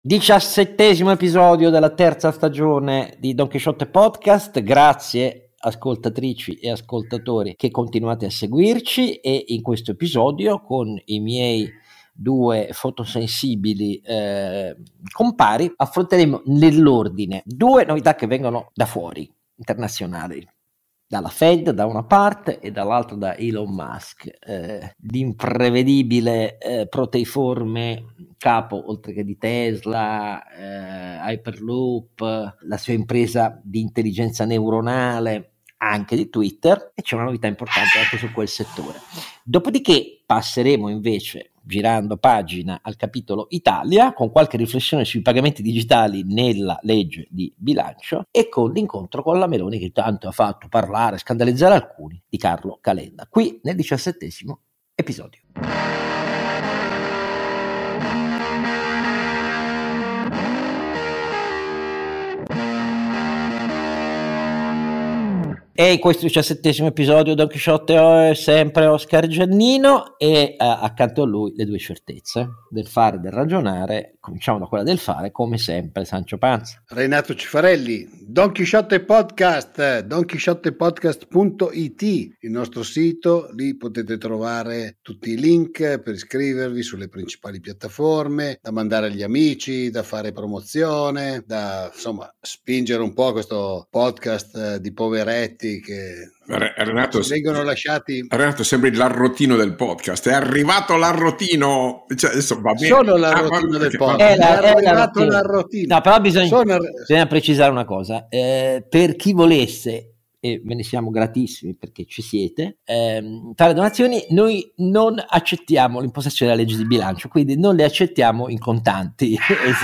17° episodio della terza stagione di Don Chisciotte Podcast. Grazie ascoltatrici e ascoltatori che continuate a seguirci, e in questo episodio con i miei due fotosensibili compari affronteremo nell'ordine due novità che vengono da fuori, internazionali, dalla Fed da una parte e dall'altra da Elon Musk, l'imprevedibile proteiforme capo, oltre che di Tesla, Hyperloop, la sua impresa di intelligenza neuronale, anche di Twitter, e c'è una novità importante anche su quel settore. Dopodiché passeremo invece, girando pagina, al capitolo Italia, con qualche riflessione sui pagamenti digitali nella legge di bilancio e con l'incontro con la Meloni, che tanto ha fatto parlare, scandalizzare alcuni, di Carlo Calenda, qui nel 17° episodio. E in questo 17° episodio Don Chisciotte è sempre Oscar Giannino, e accanto a lui le due certezze del fare e del ragionare. Cominciamo da quella del fare, come sempre Sancio Panza, Renato Cifarelli. Don Chisciotte Podcast, donchisciottepodcast.it, il nostro sito. Lì potete trovare tutti i link per iscrivervi sulle principali piattaforme, da mandare agli amici, da fare promozione, da insomma spingere un po' questo podcast di poveretti che Renato, vengono lasciati. Renato, sembri l'arrotino del podcast. È arrivato l'arrotino, cioè, adesso va bene. Sono l'arrotino del podcast. È arrivato l'arrotino. No, però bisogna precisare una cosa, per chi volesse, e ve ne siamo gratissimi perché ci siete, fare donazioni. Noi non accettiamo l'impostazione della legge di bilancio, quindi non le accettiamo in contanti,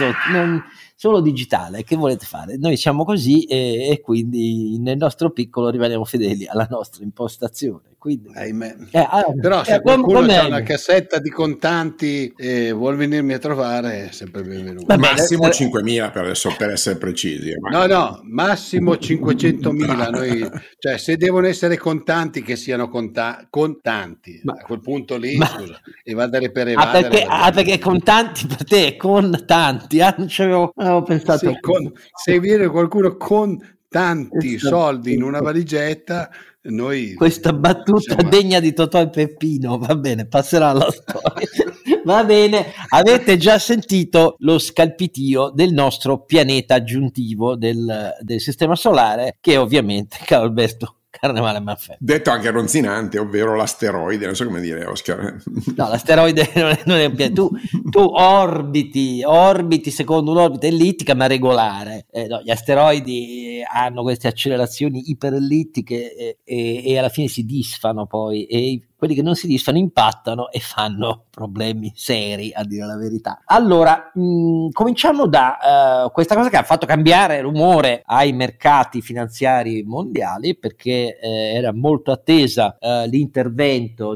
solo digitale. Che volete fare? Noi siamo così, e quindi nel nostro piccolo rimaniamo fedeli alla nostra impostazione. Quindi, però se qualcuno ha una cassetta di contanti e vuol venirmi a trovare, è sempre benvenuto. Massimo 5.000 per adesso, per essere precisi. No, massimo 500.000. Noi, cioè, se devono essere contanti, che siano contanti. A quel punto lì, scusa, evadere per evadere. Perché contanti per te è con tanti. Non ci avevo pensato. Se viene qualcuno con tanti soldi in una valigetta, noi... Questa battuta degna di Totò e Peppino, va bene, passerà alla storia. Va bene, avete già sentito lo scalpitio del nostro pianeta aggiuntivo del sistema solare, che ovviamente, caro Alberto, Carnevale Maffè. Detto anche ronzinante, ovvero l'asteroide, non so come dire, Oscar. No, l'asteroide non è un pianeta. Tu orbiti secondo un'orbita ellittica ma regolare. No, gli asteroidi hanno queste accelerazioni iperellittiche e alla fine si disfano poi, e quelli che non si disfano impattano e fanno problemi seri, a dire la verità. Allora, cominciamo da questa cosa che ha fatto cambiare l'umore ai mercati finanziari mondiali, perché era molto attesa l'intervento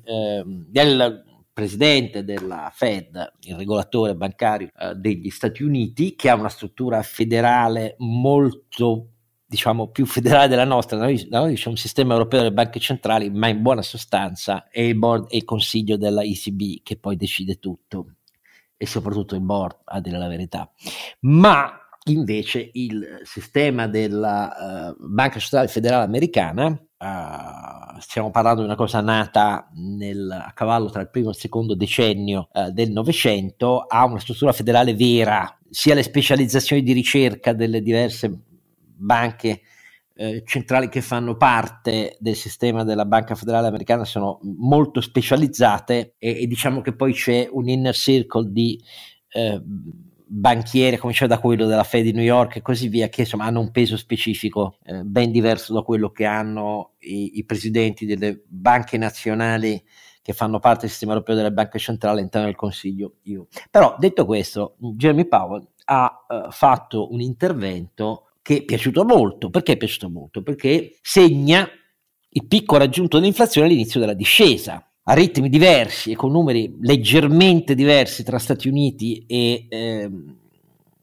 del presidente della Fed, il regolatore bancario degli Stati Uniti, che ha una struttura federale molto, diciamo, più federale della nostra. Da noi c'è un sistema europeo delle banche centrali, ma in buona sostanza è il board e il consiglio della ECB che poi decide tutto, e soprattutto il board, a dire la verità. Ma invece il sistema della Banca Centrale Federale Americana, stiamo parlando di una cosa nata a cavallo tra il primo e il secondo decennio del Novecento, ha una struttura federale vera, sia le specializzazioni di ricerca delle diverse banche centrali che fanno parte del sistema della Banca Federale Americana sono molto specializzate, e diciamo che poi c'è un inner circle di banchieri, a cominciare da quello della Fed di New York e così via, che insomma hanno un peso specifico ben diverso da quello che hanno i presidenti delle banche nazionali che fanno parte del sistema europeo delle banche centrali all'interno del Consiglio EU. Però, detto questo, Jeremy Powell ha fatto un intervento che è piaciuto molto. Perché è piaciuto molto? Perché segna il picco raggiunto dell'inflazione all'inizio della discesa, a ritmi diversi e con numeri leggermente diversi tra Stati Uniti e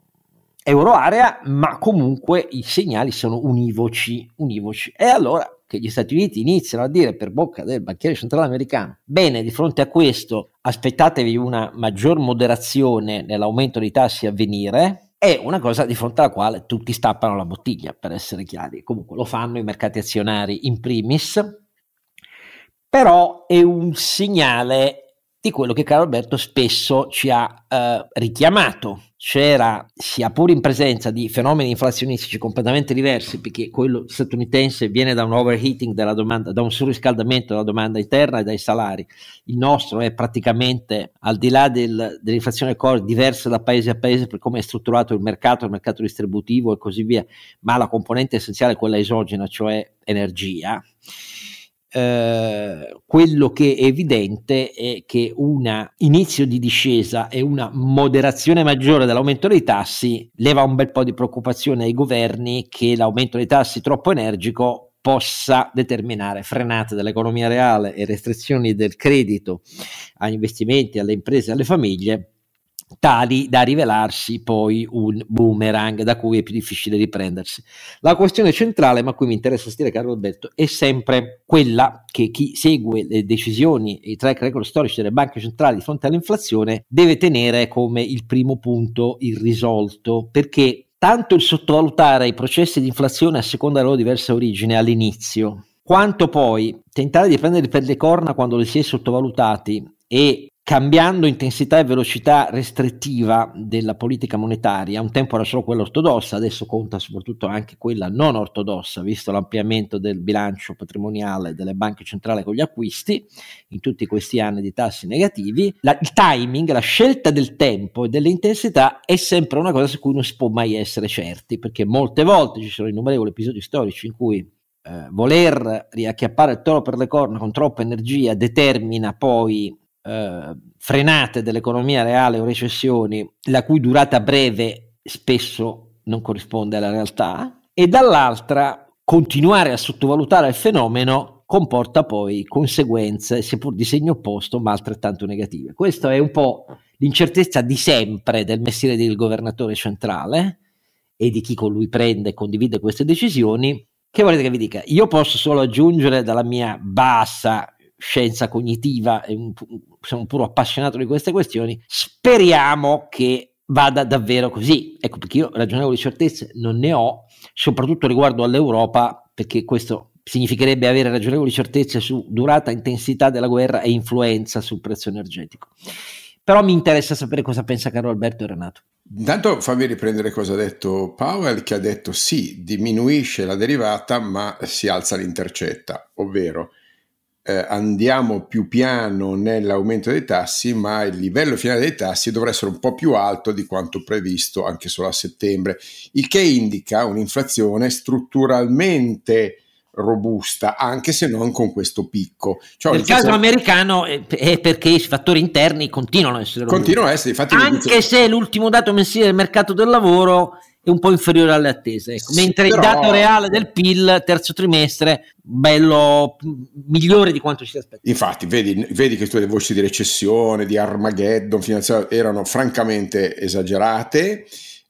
euroarea, ma comunque i segnali sono univoci. E allora che gli Stati Uniti iniziano a dire per bocca del banchiere centrale americano: bene, di fronte a questo aspettatevi una maggior moderazione nell'aumento dei tassi a venire, è una cosa di fronte alla quale tutti stappano la bottiglia, per essere chiari. Comunque lo fanno i mercati azionari in primis, però è un segnale di quello che Carlo Alberto spesso ci ha richiamato. C'era, sia pure in presenza di fenomeni inflazionistici completamente diversi, perché quello statunitense viene da un overheating della domanda, da un surriscaldamento della domanda interna e dai salari. Il nostro è praticamente, al di là dell'inflazione core, diversa da paese a paese per come è strutturato il mercato distributivo e così via, ma la componente essenziale è quella esogena, cioè energia. Quello che è evidente è che un inizio di discesa e una moderazione maggiore dell'aumento dei tassi leva un bel po' di preoccupazione ai governi che l'aumento dei tassi troppo energico possa determinare frenate dell'economia reale e restrizioni del credito agli investimenti, alle imprese e alle famiglie, tali da rivelarsi poi un boomerang da cui è più difficile riprendersi. La questione centrale, ma qui mi interessa sentire Carlo Alberto, è sempre quella che chi segue le decisioni e i track record storici delle banche centrali di fronte all'inflazione deve tenere come il primo punto irrisolto, perché tanto il sottovalutare i processi di inflazione a seconda della loro diversa origine all'inizio, quanto poi tentare di prenderli per le corna quando li si è sottovalutati e cambiando intensità e velocità restrittiva della politica monetaria. Un tempo era solo quella ortodossa, adesso conta soprattutto anche quella non ortodossa, visto l'ampliamento del bilancio patrimoniale delle banche centrali con gli acquisti in tutti questi anni di tassi negativi. Il timing, la scelta del tempo e dell'intensità è sempre una cosa su cui non si può mai essere certi, perché molte volte ci sono innumerevoli episodi storici in cui voler riacchiappare il toro per le corna con troppa energia determina poi frenate dell'economia reale o recessioni la cui durata breve spesso non corrisponde alla realtà, e dall'altra continuare a sottovalutare il fenomeno comporta poi conseguenze seppur di segno opposto ma altrettanto negative. Questa è un po' l'incertezza di sempre del mestiere del governatore centrale e di chi con lui prende e condivide queste decisioni. Che volete che vi dica? Io posso solo aggiungere dalla mia bassa scienza cognitiva e sono un puro appassionato di queste questioni, speriamo che vada davvero così. Ecco perché io ragionevoli certezze non ne ho, soprattutto riguardo all'Europa, perché questo significherebbe avere ragionevoli certezze su durata, intensità della guerra e influenza sul prezzo energetico. Però mi interessa sapere cosa pensa Carlo Alberto e Renato. Intanto fammi riprendere cosa ha detto Powell, che ha detto sì, diminuisce la derivata ma si alza l'intercetta, ovvero andiamo più piano nell'aumento dei tassi, ma il livello finale dei tassi dovrà essere un po' più alto di quanto previsto anche solo a settembre, il che indica un'inflazione strutturalmente robusta, anche se non con questo picco. Cioè, nel caso americano è perché i fattori interni continuano a essere robusti. Continuano a essere, infatti, anche se l'ultimo dato mensile del mercato del lavoro è un po' inferiore alle attese, ecco. Sì, mentre però il dato reale del PIL terzo trimestre bello migliore di quanto si aspetta. Infatti vedi che tutte le voci di recessione, di Armageddon finanziario erano francamente esagerate,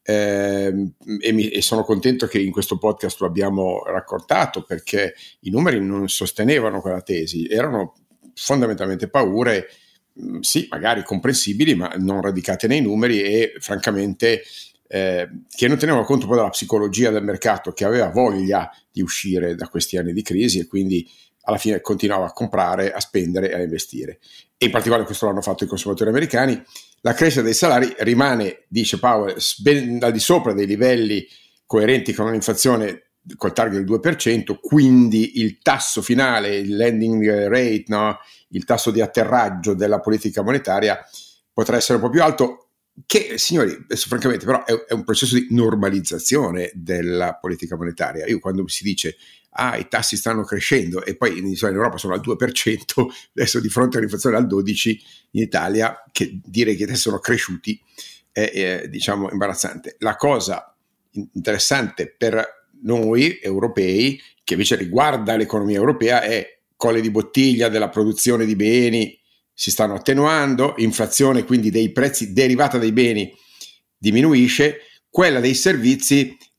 e sono contento che in questo podcast lo abbiamo raccontato, perché i numeri non sostenevano quella tesi, erano fondamentalmente paure, sì, magari comprensibili, ma non radicate nei numeri e francamente che non tenevano conto poi della psicologia del mercato, che aveva voglia di uscire da questi anni di crisi e quindi alla fine continuava a comprare, a spendere e a investire. E in particolare questo l'hanno fatto i consumatori americani. La crescita dei salari rimane, dice Powell, al di sopra dei livelli coerenti con un'inflazione col target del 2%, quindi il tasso finale, il landing rate, no? Il tasso di atterraggio della politica monetaria potrà essere un po' più alto, che, signori, francamente però è un processo di normalizzazione della politica monetaria. Io quando si dice i tassi stanno crescendo e poi in Europa sono al 2%, adesso di fronte all'inflazione al 12% in Italia, che dire che adesso sono cresciuti è diciamo imbarazzante. La cosa interessante per noi europei, che invece riguarda l'economia europea, è colle di bottiglia della produzione di beni si stanno attenuando, inflazione quindi dei prezzi derivata dai beni diminuisce, quella dei servizi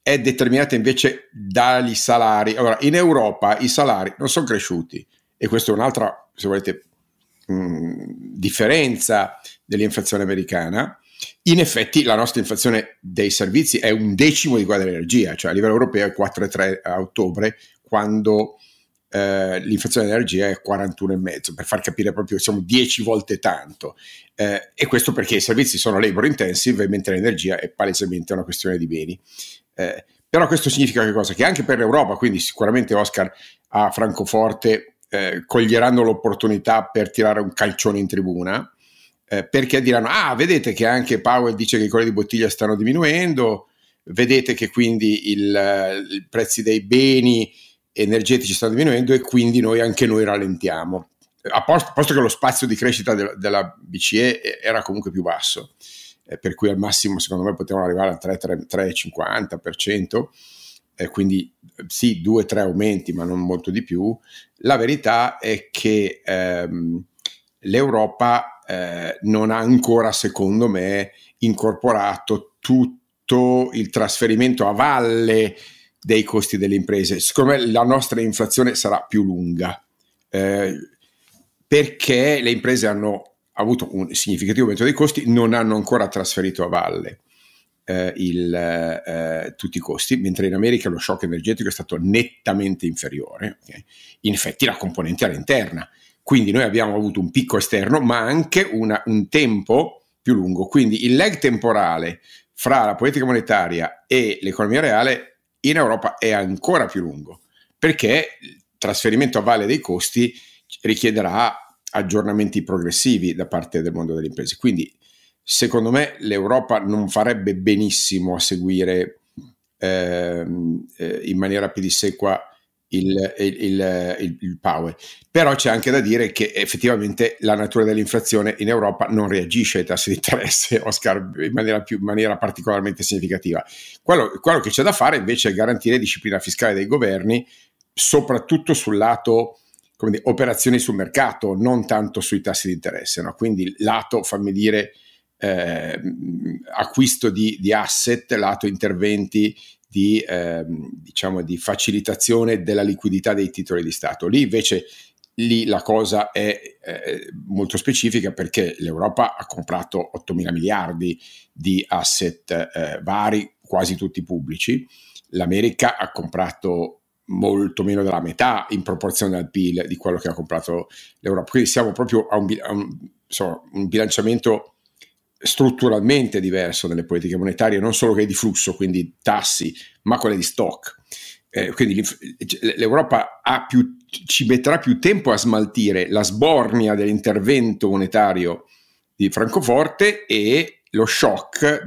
è determinata invece dagli salari. Allora, in Europa i salari non sono cresciuti, e questa è un'altra, se volete, differenza dell'inflazione americana. In effetti la nostra inflazione dei servizi è 1/10 di quella dell'energia, cioè a livello europeo è 4,3 a ottobre, quando l'inflazione dell'energia è 41,5, per far capire proprio che siamo 10 volte tanto, e questo perché i servizi sono labor intensive, mentre l'energia è palesemente una questione di beni. Però questo significa che cosa? Che anche per l'Europa, quindi sicuramente Oscar a Francoforte coglieranno l'opportunità per tirare un calcione in tribuna, perché diranno: vedete che anche Powell dice che i colli di bottiglia stanno diminuendo, vedete che quindi i prezzi dei beni energetici stanno diminuendo, e quindi anche noi rallentiamo, posto che lo spazio di crescita della BCE era comunque più basso, per cui al massimo secondo me potevano arrivare al 3,50%, quindi sì, 2-3 aumenti ma non molto di più. La verità è che l'Europa non ha ancora, secondo me, incorporato tutto il trasferimento a valle dei costi delle imprese. Secondo me la nostra inflazione sarà più lunga, perché le imprese hanno avuto un significativo aumento dei costi, non hanno ancora trasferito a valle tutti i costi, mentre in America lo shock energetico è stato nettamente inferiore. Okay? In effetti la componente era interna, quindi noi abbiamo avuto un picco esterno, ma anche un tempo più lungo. Quindi il lag temporale fra la politica monetaria e l'economia reale in Europa è ancora più lungo, perché il trasferimento a valle dei costi richiederà aggiornamenti progressivi da parte del mondo delle imprese. Quindi secondo me l'Europa non farebbe benissimo a seguire in maniera pedissequa il Powell. Però c'è anche da dire che effettivamente la natura dell'inflazione in Europa non reagisce ai tassi di interesse, Oscar, in maniera particolarmente significativa. Quello che c'è da fare invece è garantire disciplina fiscale dei governi, soprattutto sul lato, come dire, operazioni sul mercato, non tanto sui tassi di interesse, no? Quindi lato, fammi dire, acquisto di asset, lato interventi di facilitazione della liquidità dei titoli di Stato. Lì invece la cosa è molto specifica, perché l'Europa ha comprato 8.000 miliardi di asset vari, quasi tutti pubblici. L'America ha comprato molto meno della metà in proporzione al PIL di quello che ha comprato l'Europa. Quindi siamo proprio a un bilanciamento strutturalmente diverso nelle politiche monetarie, non solo quelle di flusso, quindi tassi, ma quelle di stock. Quindi l'Europa ci metterà più tempo a smaltire la sbornia dell'intervento monetario di Francoforte e lo shock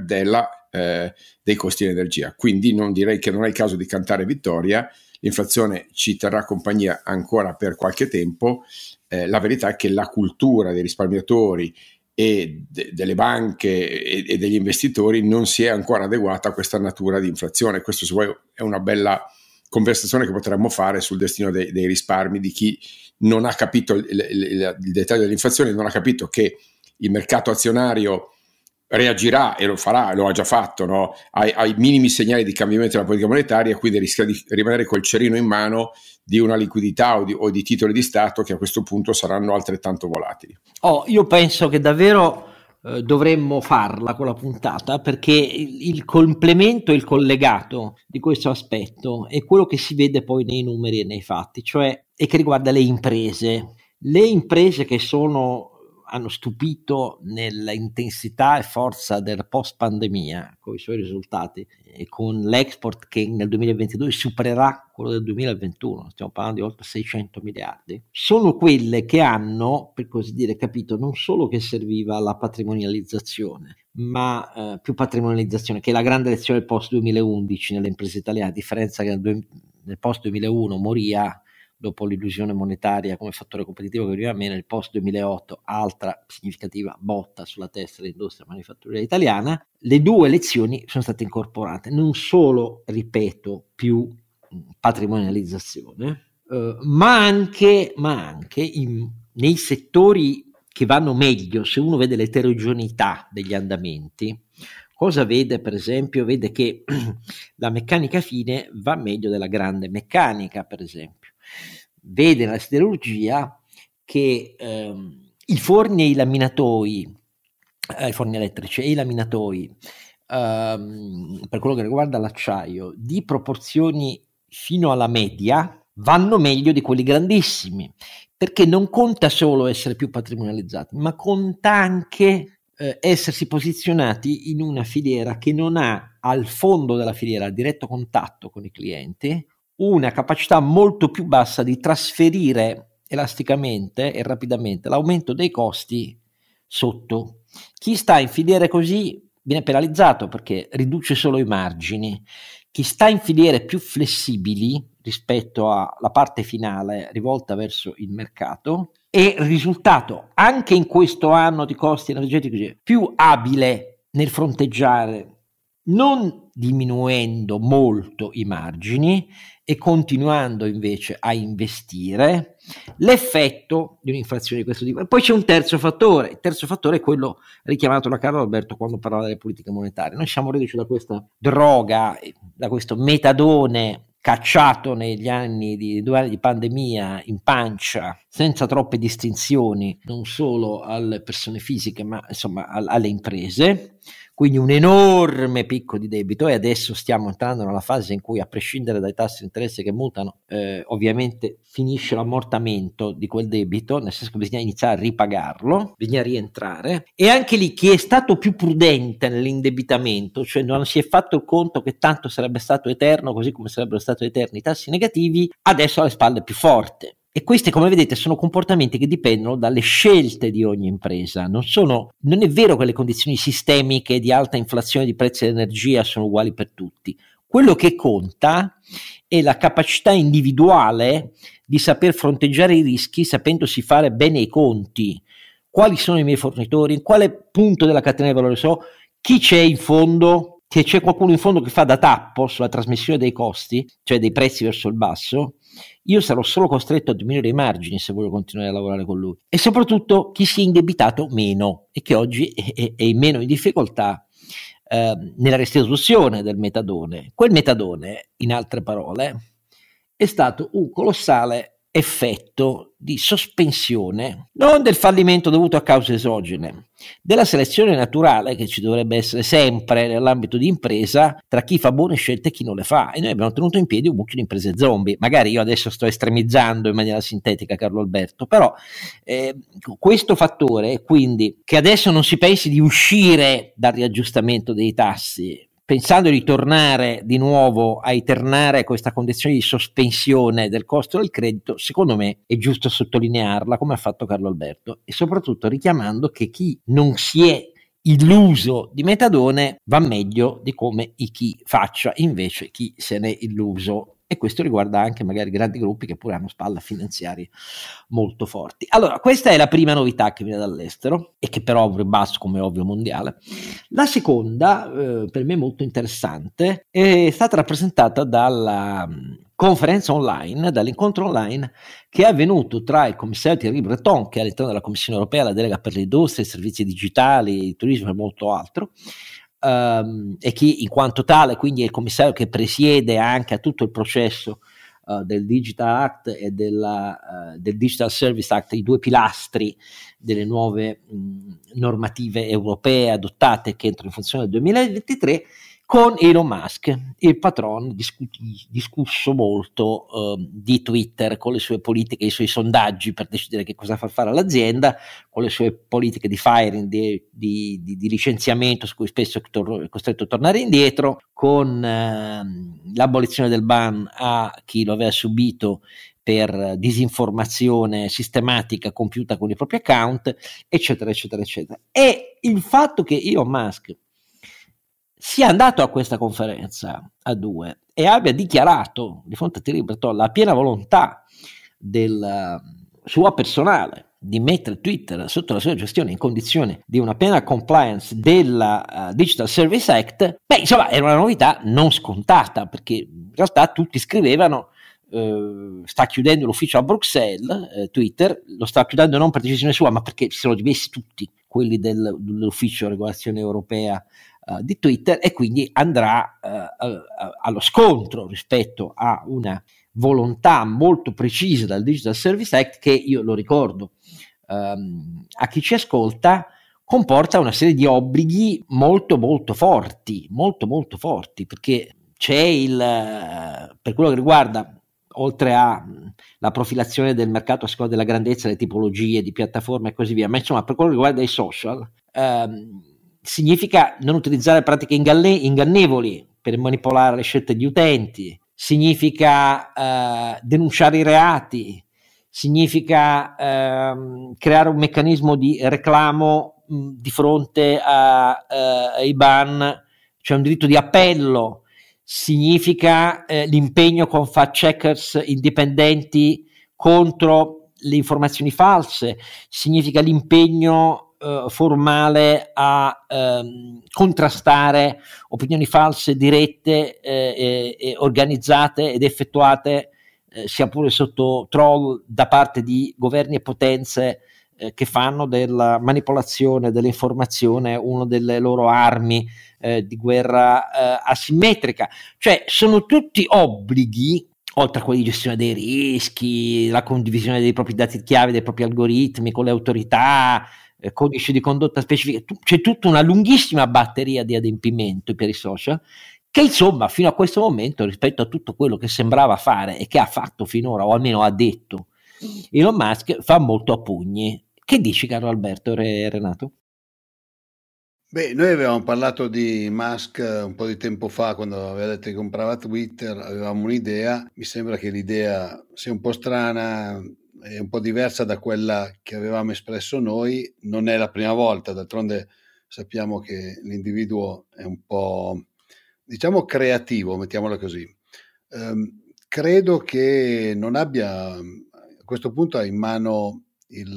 dei costi di energia. Quindi direi che non è il caso di cantare vittoria. L'inflazione ci terrà compagnia ancora per qualche tempo. La verità è che la cultura dei risparmiatori e delle banche e degli investitori non si è ancora adeguata a questa natura di inflazione. Questo, se vuoi, è una bella conversazione che potremmo fare sul destino dei risparmi di chi non ha capito il dettaglio dell'inflazione, non ha capito che il mercato azionario reagirà, e lo farà, lo ha già fatto, no? ai minimi segnali di cambiamento della politica monetaria, quindi rischia di rimanere col cerino in mano di una liquidità o di titoli di Stato che a questo punto saranno altrettanto volatili. Io penso che davvero dovremmo farla quella puntata, perché il complemento e il collegato di questo aspetto è quello che si vede poi nei numeri e nei fatti, cioè, e che riguarda le imprese che hanno stupito nell'intensità e forza del post pandemia con i suoi risultati, e con l'export che nel 2022 supererà quello del 2021, stiamo parlando di oltre 600 miliardi, sono quelle che hanno, per così dire, capito non solo che serviva la patrimonializzazione, ma più patrimonializzazione, che è la grande lezione del post 2011 nelle imprese italiane, a differenza che nel post 2001 moria dopo l'illusione monetaria come fattore competitivo che veniva meno. Nel post 2008 altra significativa botta sulla testa dell'industria manifatturiera italiana. Le due lezioni sono state incorporate, non solo, ripeto, più patrimonializzazione, ma anche nei settori che vanno meglio, se uno vede l'eterogeneità degli andamenti, Cosa vede, per esempio? Vede che la meccanica fine va meglio della grande meccanica, per esempio. Vede nella siderurgia che i forni e i laminatoi, i forni elettrici e i laminatoi, per quello che riguarda l'acciaio, di proporzioni fino alla media, vanno meglio di quelli grandissimi, perché non conta solo essere più patrimonializzati, ma conta anche essersi posizionati in una filiera che non ha al fondo della filiera, a diretto contatto con i clienti, una capacità molto più bassa di trasferire elasticamente e rapidamente l'aumento dei costi sotto. Chi sta in filiere così viene penalizzato perché riduce solo i margini. Chi sta in filiere più flessibili rispetto alla parte finale rivolta verso il mercato è il risultato, anche in questo anno di costi energetici, più abile nel fronteggiare, non diminuendo molto i margini e continuando invece a investire, l'effetto di un'inflazione di questo tipo. Poi c'è un terzo fattore, il terzo fattore è quello richiamato da Carlo Alberto quando parlava delle politiche monetarie. Noi siamo reduci da questa droga, da questo metadone cacciato negli anni di 2 anni di pandemia in pancia, senza troppe distinzioni, non solo alle persone fisiche, ma insomma alle imprese. Quindi un enorme picco di debito, e adesso stiamo entrando nella fase in cui, a prescindere dai tassi di interesse che mutano, ovviamente finisce l'ammortamento di quel debito, nel senso che bisogna iniziare a ripagarlo, bisogna rientrare, e anche lì chi è stato più prudente nell'indebitamento, cioè non si è fatto il conto che tanto sarebbe stato eterno, così come sarebbero stati eterni i tassi negativi, adesso ha le spalle più forti. E questi, come vedete, sono comportamenti che dipendono dalle scelte di ogni impresa. Non è vero che le condizioni sistemiche di alta inflazione di prezzi dell'energia sono uguali per tutti. Quello che conta è la capacità individuale di saper fronteggiare i rischi sapendosi fare bene i conti. Quali sono i miei fornitori? In quale punto della catena di valore so? Chi c'è in fondo? Che c'è qualcuno in fondo che fa da tappo sulla trasmissione dei costi, cioè dei prezzi verso il basso? Io sarò solo costretto a diminuire i margini se voglio continuare a lavorare con lui. E soprattutto chi si è indebitato meno e che oggi è meno in difficoltà nella restituzione del metadone. Quel metadone, in altre parole, è stato un colossale effetto di sospensione, non del fallimento dovuto a cause esogene, della selezione naturale che ci dovrebbe essere sempre nell'ambito di impresa tra chi fa buone scelte e chi non le fa, e noi abbiamo tenuto in piedi un mucchio di imprese zombie. Magari io adesso sto estremizzando in maniera sintetica, Carlo Alberto, però questo fattore, quindi, che adesso non si pensi di uscire dal riaggiustamento dei tassi pensando di tornare di nuovo a eternare questa condizione di sospensione del costo del credito, secondo me è giusto sottolinearla, come ha fatto Carlo Alberto, e soprattutto richiamando che chi non si è illuso di metadone va meglio di come chi faccia invece chi se n'è illuso. E questo riguarda anche magari grandi gruppi che pure hanno spalla finanziarie molto forti. Allora, questa è la prima novità che viene dall'estero e che però ha un ribasso, come ovvio, mondiale. La seconda, per me molto interessante, è stata rappresentata dalla conferenza online, dall'incontro online che è avvenuto tra il commissario Thierry Breton, che è all'interno della Commissione Europea, la delega per l'industria, i servizi digitali, il turismo e molto altro, e chi in quanto tale quindi è il commissario che presiede anche a tutto il processo del Digital Act e del Digital Service Act, i due pilastri delle nuove normative europee adottate che entrano in funzione nel 2023, con Elon Musk, il patron discusso molto di Twitter, con le sue politiche, i suoi sondaggi per decidere che cosa far fare all'azienda, con le sue politiche di firing, di licenziamento su cui spesso è costretto a tornare indietro, con l'abolizione del ban a chi lo aveva subito per disinformazione sistematica compiuta con i propri account, eccetera, eccetera, eccetera. E il fatto che Elon Musk sia andato a questa conferenza a due e abbia dichiarato di fronte a Thierry Breton la piena volontà del sua personale di mettere Twitter sotto la sua gestione in condizione di una piena compliance della Digital Service Act, beh, insomma, era una novità non scontata, perché in realtà tutti scrivevano sta chiudendo l'ufficio a Bruxelles, Twitter lo sta chiudendo non per decisione sua, ma perché si sono dimessi tutti quelli dell'ufficio regolazione europea di Twitter, e quindi andrà allo scontro rispetto a una volontà molto precisa dal Digital Service Act, che io lo ricordo a chi ci ascolta, comporta una serie di obblighi molto molto forti, perché c'è per quello che riguarda, oltre alla profilazione del mercato a seconda della grandezza, le tipologie di piattaforme e così via, ma insomma per quello che riguarda i social, significa non utilizzare pratiche ingannevoli per manipolare le scelte di utenti, significa denunciare i reati, significa creare un meccanismo di reclamo di fronte ai ban, cioè un diritto di appello, significa l'impegno con fact-checkers indipendenti contro le informazioni false, significa l'impegno formale a contrastare opinioni false dirette e organizzate ed effettuate sia pure sotto troll da parte di governi e potenze che fanno della manipolazione dell'informazione una delle loro armi di guerra asimmetrica. Cioè sono tutti obblighi, oltre a quelli di gestione dei rischi, la condivisione dei propri dati chiave, dei propri algoritmi con le autorità, codici di condotta specifica, c'è tutta una lunghissima batteria di adempimento per i social, che insomma fino a questo momento, rispetto a tutto quello che sembrava fare e che ha fatto finora, o almeno ha detto Elon Musk, fa molto a pugni. Che dici, caro Alberto e Renato? Beh, noi avevamo parlato di Musk un po' di tempo fa, quando aveva detto che comprava Twitter, avevamo un'idea, mi sembra che l'idea sia un po' strana, è un po' diversa da quella che avevamo espresso noi, non è la prima volta, d'altronde sappiamo che l'individuo è un po', diciamo, creativo, mettiamola così. Credo che non abbia, a questo punto ha in mano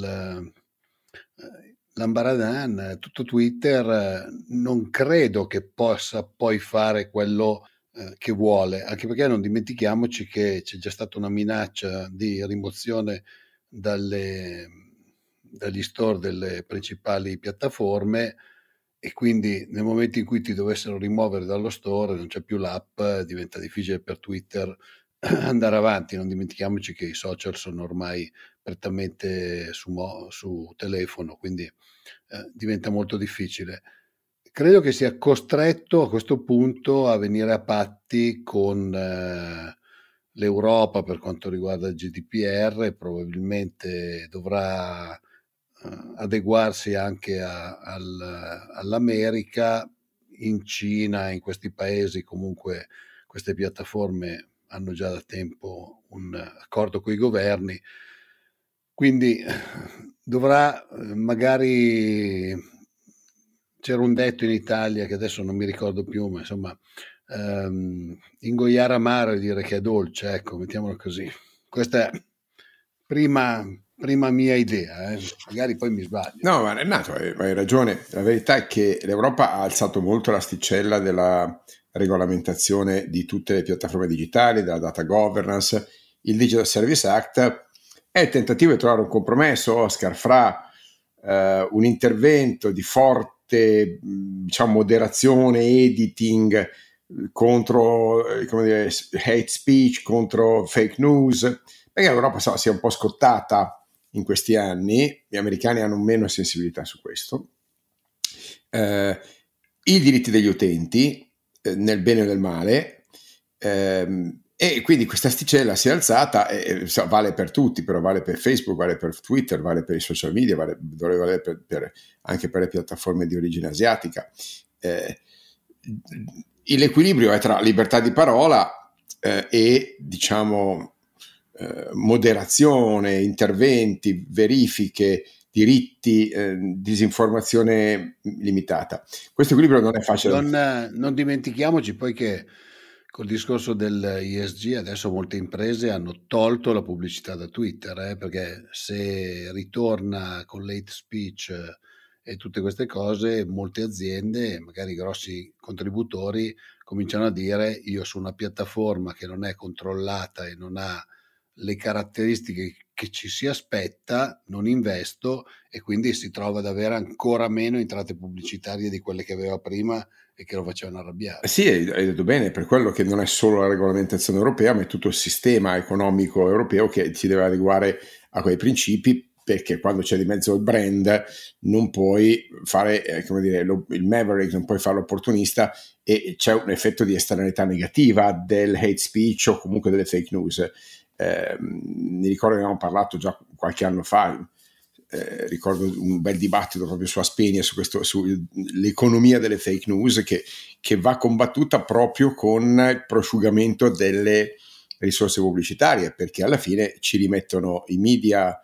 l'ambaradan, tutto Twitter, non credo che possa poi fare quello che vuole, anche perché non dimentichiamoci che c'è già stata una minaccia di rimozione dagli store delle principali piattaforme, e quindi nel momento in cui ti dovessero rimuovere dallo store, non c'è più l'app, diventa difficile per Twitter andare avanti. Non dimentichiamoci che i social sono ormai prettamente su telefono, quindi diventa molto difficile. Credo che sia costretto a questo punto a venire a patti con l'Europa per quanto riguarda il GDPR, e probabilmente dovrà adeguarsi anche all'America. In Cina, in questi paesi, comunque queste piattaforme hanno già da tempo un accordo con i governi, quindi dovrà magari, c'era un detto in Italia che adesso non mi ricordo più, ma insomma ingoiare amaro e dire che è dolce, ecco, mettiamolo così. Questa è prima mia idea, magari poi mi sbaglio. No, ma Renato, hai ragione. La verità è che l'Europa ha alzato molto l'asticella della regolamentazione di tutte le piattaforme digitali, della data governance. Il Digital Service Act è il tentativo di trovare un compromesso, Oscar, fra un intervento di forte, diciamo, moderazione, editing contro, come dire, hate speech, contro fake news, perché l'Europa si è un po' scottata in questi anni, gli americani hanno meno sensibilità su questo, i diritti degli utenti, nel bene o nel male, e quindi questa asticella si è alzata, e vale per tutti, però vale per Facebook, vale per Twitter, vale per i social media, dovrebbe valere anche per le piattaforme di origine asiatica. L'equilibrio è tra libertà di parola e, diciamo, moderazione, interventi, verifiche, diritti, disinformazione limitata. Questo equilibrio non è facile. Non dimentichiamoci poi che col discorso dell'ESG adesso molte imprese hanno tolto la pubblicità da Twitter, perché se ritorna con l'hate speech e tutte queste cose, molte aziende, magari grossi contributori, cominciano a dire: io su una piattaforma che non è controllata e non ha le caratteristiche che ci si aspetta, non investo, e quindi si trova ad avere ancora meno entrate pubblicitarie di quelle che aveva prima, e che lo facevano arrabbiare. Sì, hai detto bene, per quello che non è solo la regolamentazione europea, ma è tutto il sistema economico europeo che si deve adeguare a quei principi, perché quando c'è di mezzo il brand non puoi fare, come dire, il maverick, non puoi fare l'opportunista, e c'è un effetto di estraneità negativa del hate speech o comunque delle fake news. Mi ricordo che avevamo parlato già qualche anno fa, ricordo un bel dibattito proprio su Aspenia, sull'economia delle fake news che va combattuta proprio con il prosciugamento delle risorse pubblicitarie, perché alla fine ci rimettono i media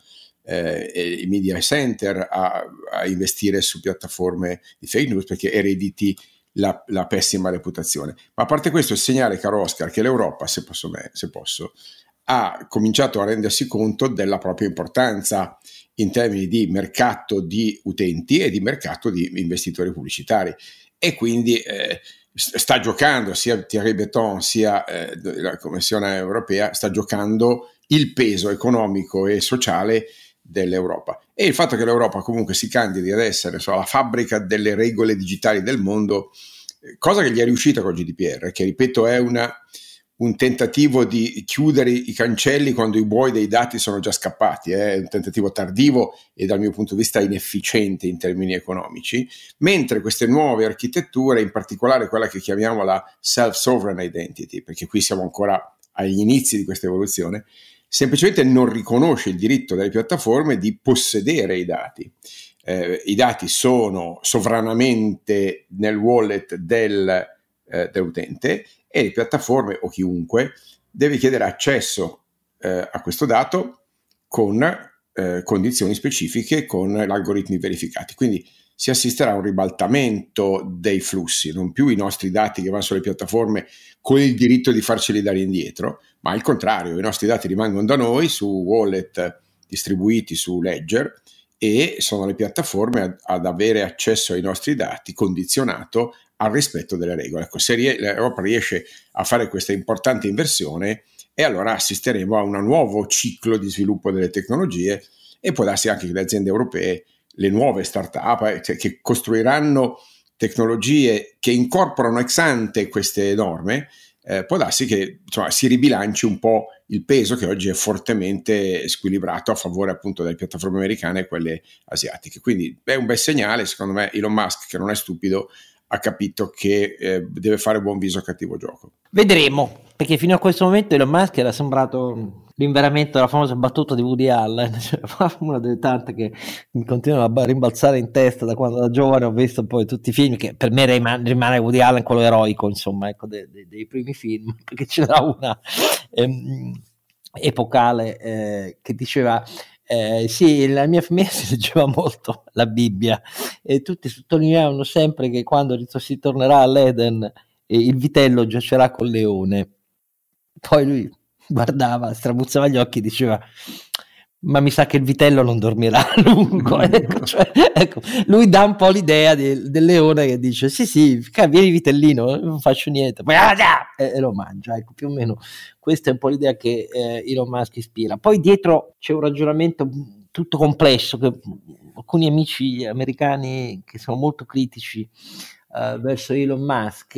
center a investire su piattaforme di fake news, perché erediti la pessima reputazione. Ma a parte questo, il segnale, caro Oscar, che l'Europa, se posso, ha cominciato a rendersi conto della propria importanza in termini di mercato di utenti e di mercato di investitori pubblicitari, e quindi sta giocando sia Thierry Breton sia la Commissione europea, sta giocando il peso economico e sociale dell'Europa, e il fatto che l'Europa comunque si candidi ad essere la fabbrica delle regole digitali del mondo, cosa che gli è riuscita con GDPR, che ripeto è un tentativo di chiudere i cancelli quando i buoi dei dati sono già scappati, è un tentativo tardivo e dal mio punto di vista inefficiente in termini economici, mentre queste nuove architetture, in particolare quella che chiamiamo la self-sovereign identity, perché qui siamo ancora agli inizi di questa evoluzione, semplicemente non riconosce il diritto delle piattaforme di possedere i dati. I dati sono sovranamente nel wallet dell'utente, e le piattaforme o chiunque deve chiedere accesso a questo dato con condizioni specifiche, con algoritmi verificati. Quindi si assisterà a un ribaltamento dei flussi, non più i nostri dati che vanno sulle piattaforme con il diritto di farceli dare indietro, ma il contrario, i nostri dati rimangono da noi su wallet distribuiti su Ledger, e sono le piattaforme ad avere accesso ai nostri dati condizionato al rispetto delle regole. Ecco, se l'Europa riesce a fare questa importante inversione, e allora assisteremo a un nuovo ciclo di sviluppo delle tecnologie, e può darsi anche che le aziende europee, le nuove start-up che costruiranno tecnologie che incorporano ex ante queste norme, può darsi che si ribilanci un po' il peso che oggi è fortemente squilibrato a favore appunto delle piattaforme americane e quelle asiatiche. Quindi è un bel segnale. Secondo me Elon Musk, che non è stupido, ha capito che deve fare buon viso a cattivo gioco. Vedremo, perché fino a questo momento Elon Musk era sembrato l'inveramento della famosa battuta di Woody Allen, cioè, una delle tante che mi continuano a rimbalzare in testa da quando da giovane ho visto poi tutti i film, che per me rimane Woody Allen quello eroico, insomma, ecco, dei primi film, perché ce n'era una epocale che diceva sì, la mia famiglia si leggeva molto la Bibbia, e tutti sottolineavano sempre che quando si tornerà all'Eden il vitello giacerà col leone. Poi lui guardava, strabuzzava gli occhi e diceva: ma mi sa che il vitello non dormirà a lungo. Ecco, lui dà un po' l'idea del leone che dice sì, vieni vitellino, non faccio niente, poi e lo mangia. Ecco, più o meno questa è un po' l'idea che Elon Musk ispira. Poi dietro c'è un ragionamento tutto complesso, che alcuni amici americani che sono molto critici verso Elon Musk,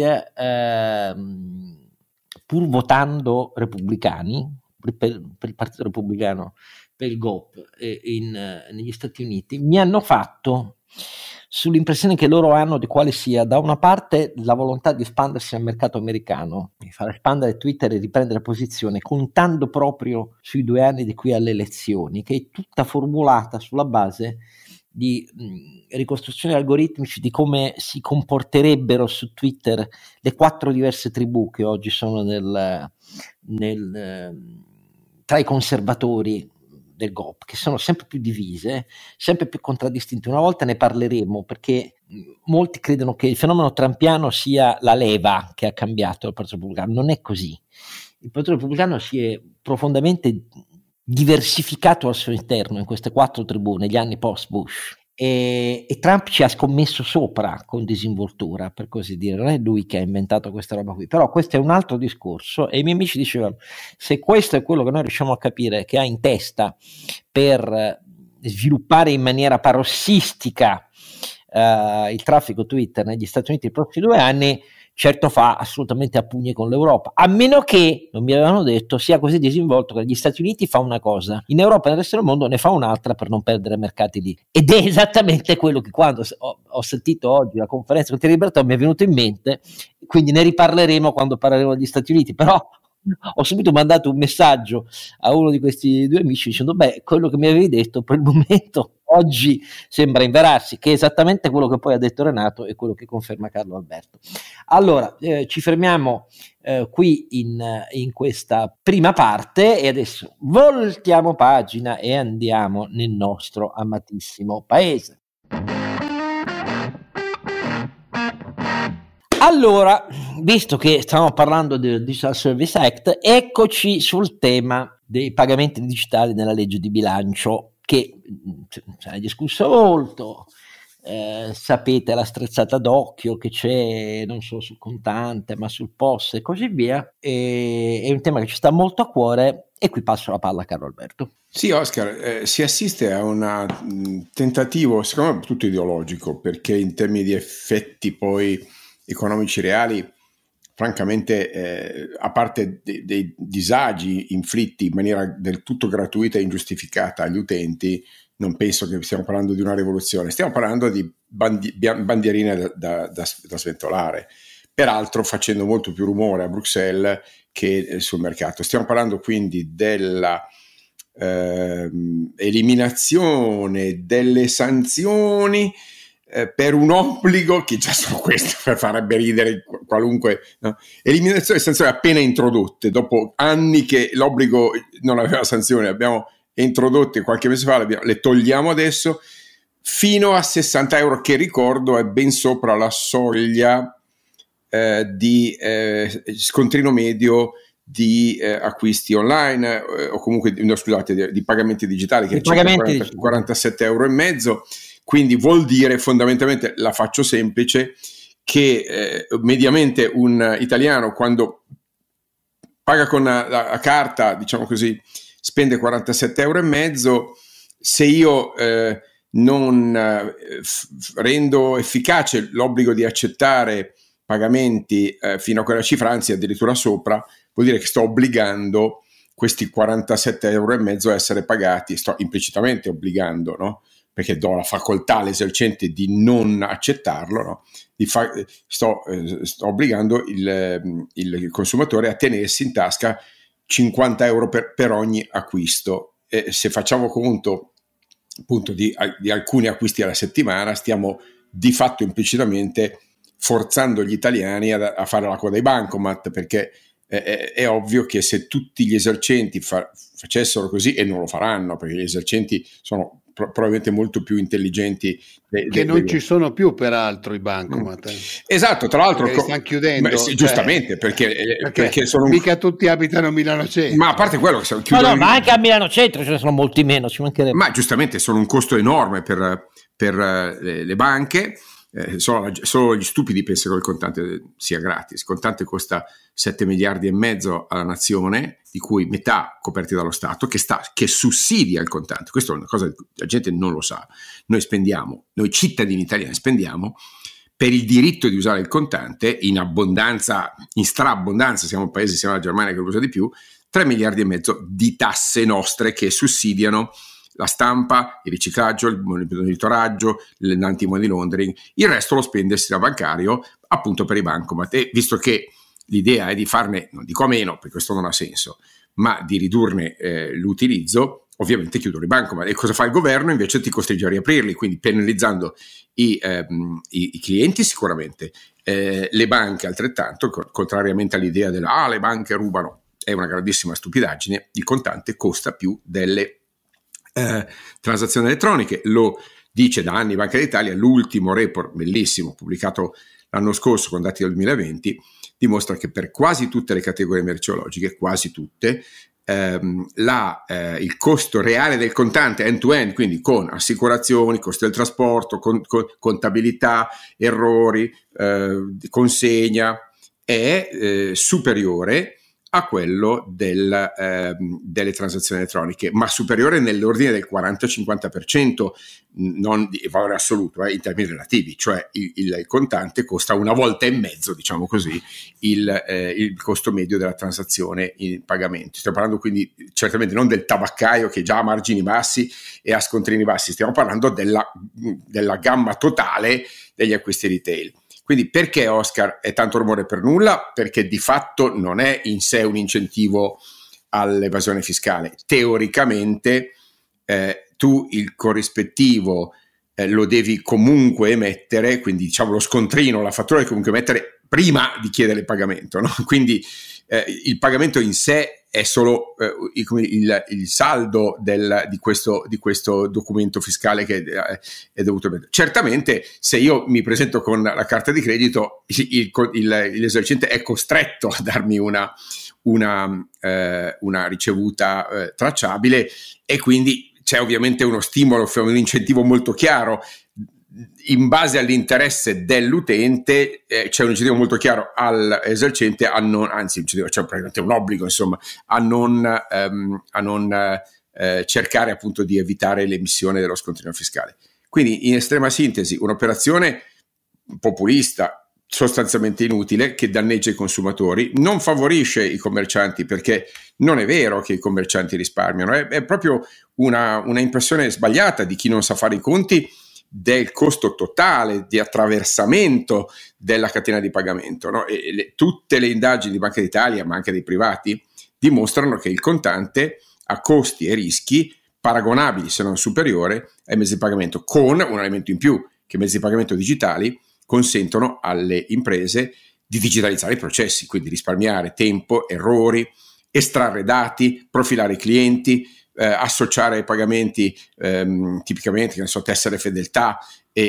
pur votando repubblicani per il Partito Repubblicano, per il GOP negli Stati Uniti, mi hanno fatto sull'impressione che loro hanno di quale sia da una parte la volontà di espandersi al mercato americano, di far espandere Twitter e riprendere posizione, contando proprio sui 2 anni di qui alle elezioni, che è tutta formulata sulla base di ricostruzioni algoritmici di come si comporterebbero su Twitter le 4 diverse tribù che oggi sono tra i conservatori del GOP, che sono sempre più divise, sempre più contraddistinte. Una volta ne parleremo, perché molti credono che il fenomeno trumpiano sia la leva che ha cambiato il Partito Repubblicano. Non è così. Il Partito Repubblicano si è profondamente diversificato al suo interno in queste 4 tribù negli anni post-Bush, e Trump ci ha scommesso sopra con disinvoltura, per così dire. Non è lui che ha inventato questa roba qui, però questo è un altro discorso, e i miei amici dicevano: se questo è quello che noi riusciamo a capire che ha in testa per sviluppare in maniera parossistica il traffico Twitter negli Stati Uniti nei prossimi 2 anni, certo fa assolutamente a pugni con l'Europa, a meno che, non mi avevano detto, sia così disinvolto che negli Stati Uniti fa una cosa, in Europa e nel resto del mondo ne fa un'altra per non perdere mercati lì. Ed è esattamente quello che quando ho sentito oggi la conferenza con Thierry Breton mi è venuto in mente, quindi ne riparleremo quando parleremo degli Stati Uniti, però ho subito mandato un messaggio a uno di questi 2 amici dicendo: beh, quello che mi avevi detto per il momento oggi sembra inverarsi, che è esattamente quello che poi ha detto Renato e quello che conferma Carlo Alberto. Allora, ci fermiamo qui in questa prima parte e adesso voltiamo pagina e andiamo nel nostro amatissimo paese. Allora, visto che stiamo parlando del Digital Service Act, eccoci sul tema dei pagamenti digitali nella legge di bilancio, che se ne è discusso molto, sapete la strizzata d'occhio che c'è non solo sul contante ma sul POS e così via, è un tema che ci sta molto a cuore e qui passo la palla a Carlo Alberto. Sì, Oscar, si assiste a un tentativo, secondo me tutto ideologico, perché in termini di effetti poi economici reali, francamente, a parte dei disagi inflitti in maniera del tutto gratuita e ingiustificata agli utenti, non penso che stiamo parlando di una rivoluzione, stiamo parlando di bandierine da sventolare, peraltro facendo molto più rumore a Bruxelles che sul mercato. Stiamo parlando quindi della eliminazione delle sanzioni per un obbligo che già sono queste, farebbe ridere qualunque, no? Eliminazione di sanzioni appena introdotte, dopo anni che l'obbligo non aveva sanzioni, abbiamo introdotte qualche mese fa, le togliamo adesso, fino a 60 euro, che ricordo è ben sopra la soglia di scontrino medio di acquisti online o comunque scusate, di pagamenti digitali, che è 47 euro e mezzo. Quindi vuol dire, fondamentalmente, la faccio semplice, che mediamente un italiano quando paga con la carta, diciamo così, spende 47 euro e mezzo. Se io non rendo efficace l'obbligo di accettare pagamenti fino a quella cifra, anzi addirittura sopra, vuol dire che sto obbligando questi 47 euro e mezzo a essere pagati, sto implicitamente obbligando, no? Perché do la facoltà all'esercente di non accettarlo, no? Sto obbligando il consumatore a tenersi in tasca 50 euro per ogni acquisto. E se facciamo conto appunto di alcuni acquisti alla settimana, stiamo di fatto implicitamente forzando gli italiani a fare la coda ai bancomat, perché è ovvio che se tutti gli esercenti facessero così, e non lo faranno perché gli esercenti sono probabilmente molto più intelligenti che non ci sono più peraltro i bancomat. Esatto, tra l'altro stanno chiudendo, sì, giustamente, perché sono mica tutti abitano a Milano Centro, ma a parte quello che chiudono, ma anche a Milano Centro ce ne sono molti meno, ci mancherebbe. Ma giustamente sono un costo enorme per le banche. Solo gli stupidi pensano che il contante sia gratis. Il contante costa 7 miliardi e mezzo alla nazione, di cui metà coperti dallo Stato, che sussidia il contante. Questa è una cosa che la gente non lo sa. Noi cittadini italiani spendiamo per il diritto di usare il contante in abbondanza, in straabbondanza, siamo un paese, siamo la Germania che lo usa di più, 3 miliardi e mezzo di tasse nostre che sussidiano la stampa, il riciclaggio, il monitoraggio, l'anti-money laundering. Il resto lo spende il sistema bancario appunto per i bancomat, e visto che l'idea è di farne, non dico a meno perché questo non ha senso, ma di ridurne l'utilizzo, ovviamente chiudono i bancomat. E cosa fa il governo? Invece ti costringe a riaprirli, quindi penalizzando i clienti sicuramente, le banche altrettanto, contrariamente all'idea le banche rubano. È una grandissima stupidaggine. Il contante costa più delle transazioni elettroniche, lo dice da anni Banca d'Italia. L'ultimo report bellissimo pubblicato l'anno scorso con dati del 2020 dimostra che per quasi tutte le categorie merceologiche, quasi tutte, il costo reale del contante end to end, quindi con assicurazioni, costi del trasporto, contabilità, errori, consegna, è superiore a quello delle transazioni elettroniche, ma superiore nell'ordine del 40-50%, non di valore assoluto, in termini relativi, cioè il contante costa 1,5 volte, diciamo così, il costo medio della transazione in pagamento. Stiamo parlando quindi certamente non del tabaccaio che già ha margini bassi e ha scontrini bassi, stiamo parlando della gamma totale degli acquisti retail. Quindi perché Oscar è tanto rumore per nulla? Perché di fatto non è in sé un incentivo all'evasione fiscale. Teoricamente tu il corrispettivo lo devi comunque emettere, quindi diciamo lo scontrino, la fattura devi comunque emettere prima di chiedere il pagamento, no? Quindi il pagamento in sé è solo il saldo di questo documento fiscale che è dovuto mettere. Certamente se io mi presento con la carta di credito, l'esercente è costretto a darmi una ricevuta tracciabile, e quindi c'è ovviamente uno stimolo, un incentivo molto chiaro. In base all'interesse dell'utente c'è un incentivo molto chiaro all'esercente a non, anzi c'è praticamente un obbligo, insomma, a non cercare appunto di evitare l'emissione dello scontrino fiscale. Quindi in estrema sintesi un'operazione populista, sostanzialmente inutile, che danneggia i consumatori, non favorisce i commercianti, perché non è vero che i commercianti risparmiano, è proprio una impressione sbagliata di chi non sa fare i conti del costo totale di attraversamento della catena di pagamento, no? Tutte le indagini di Banca d'Italia, ma anche dei privati, dimostrano che il contante ha costi e rischi paragonabili, se non superiore, ai mezzi di pagamento, con un elemento in più, che i mezzi di pagamento digitali consentono alle imprese di digitalizzare i processi, quindi risparmiare tempo, errori, estrarre dati, profilare i clienti, associare ai pagamenti tipicamente, che ne so, tessere fedeltà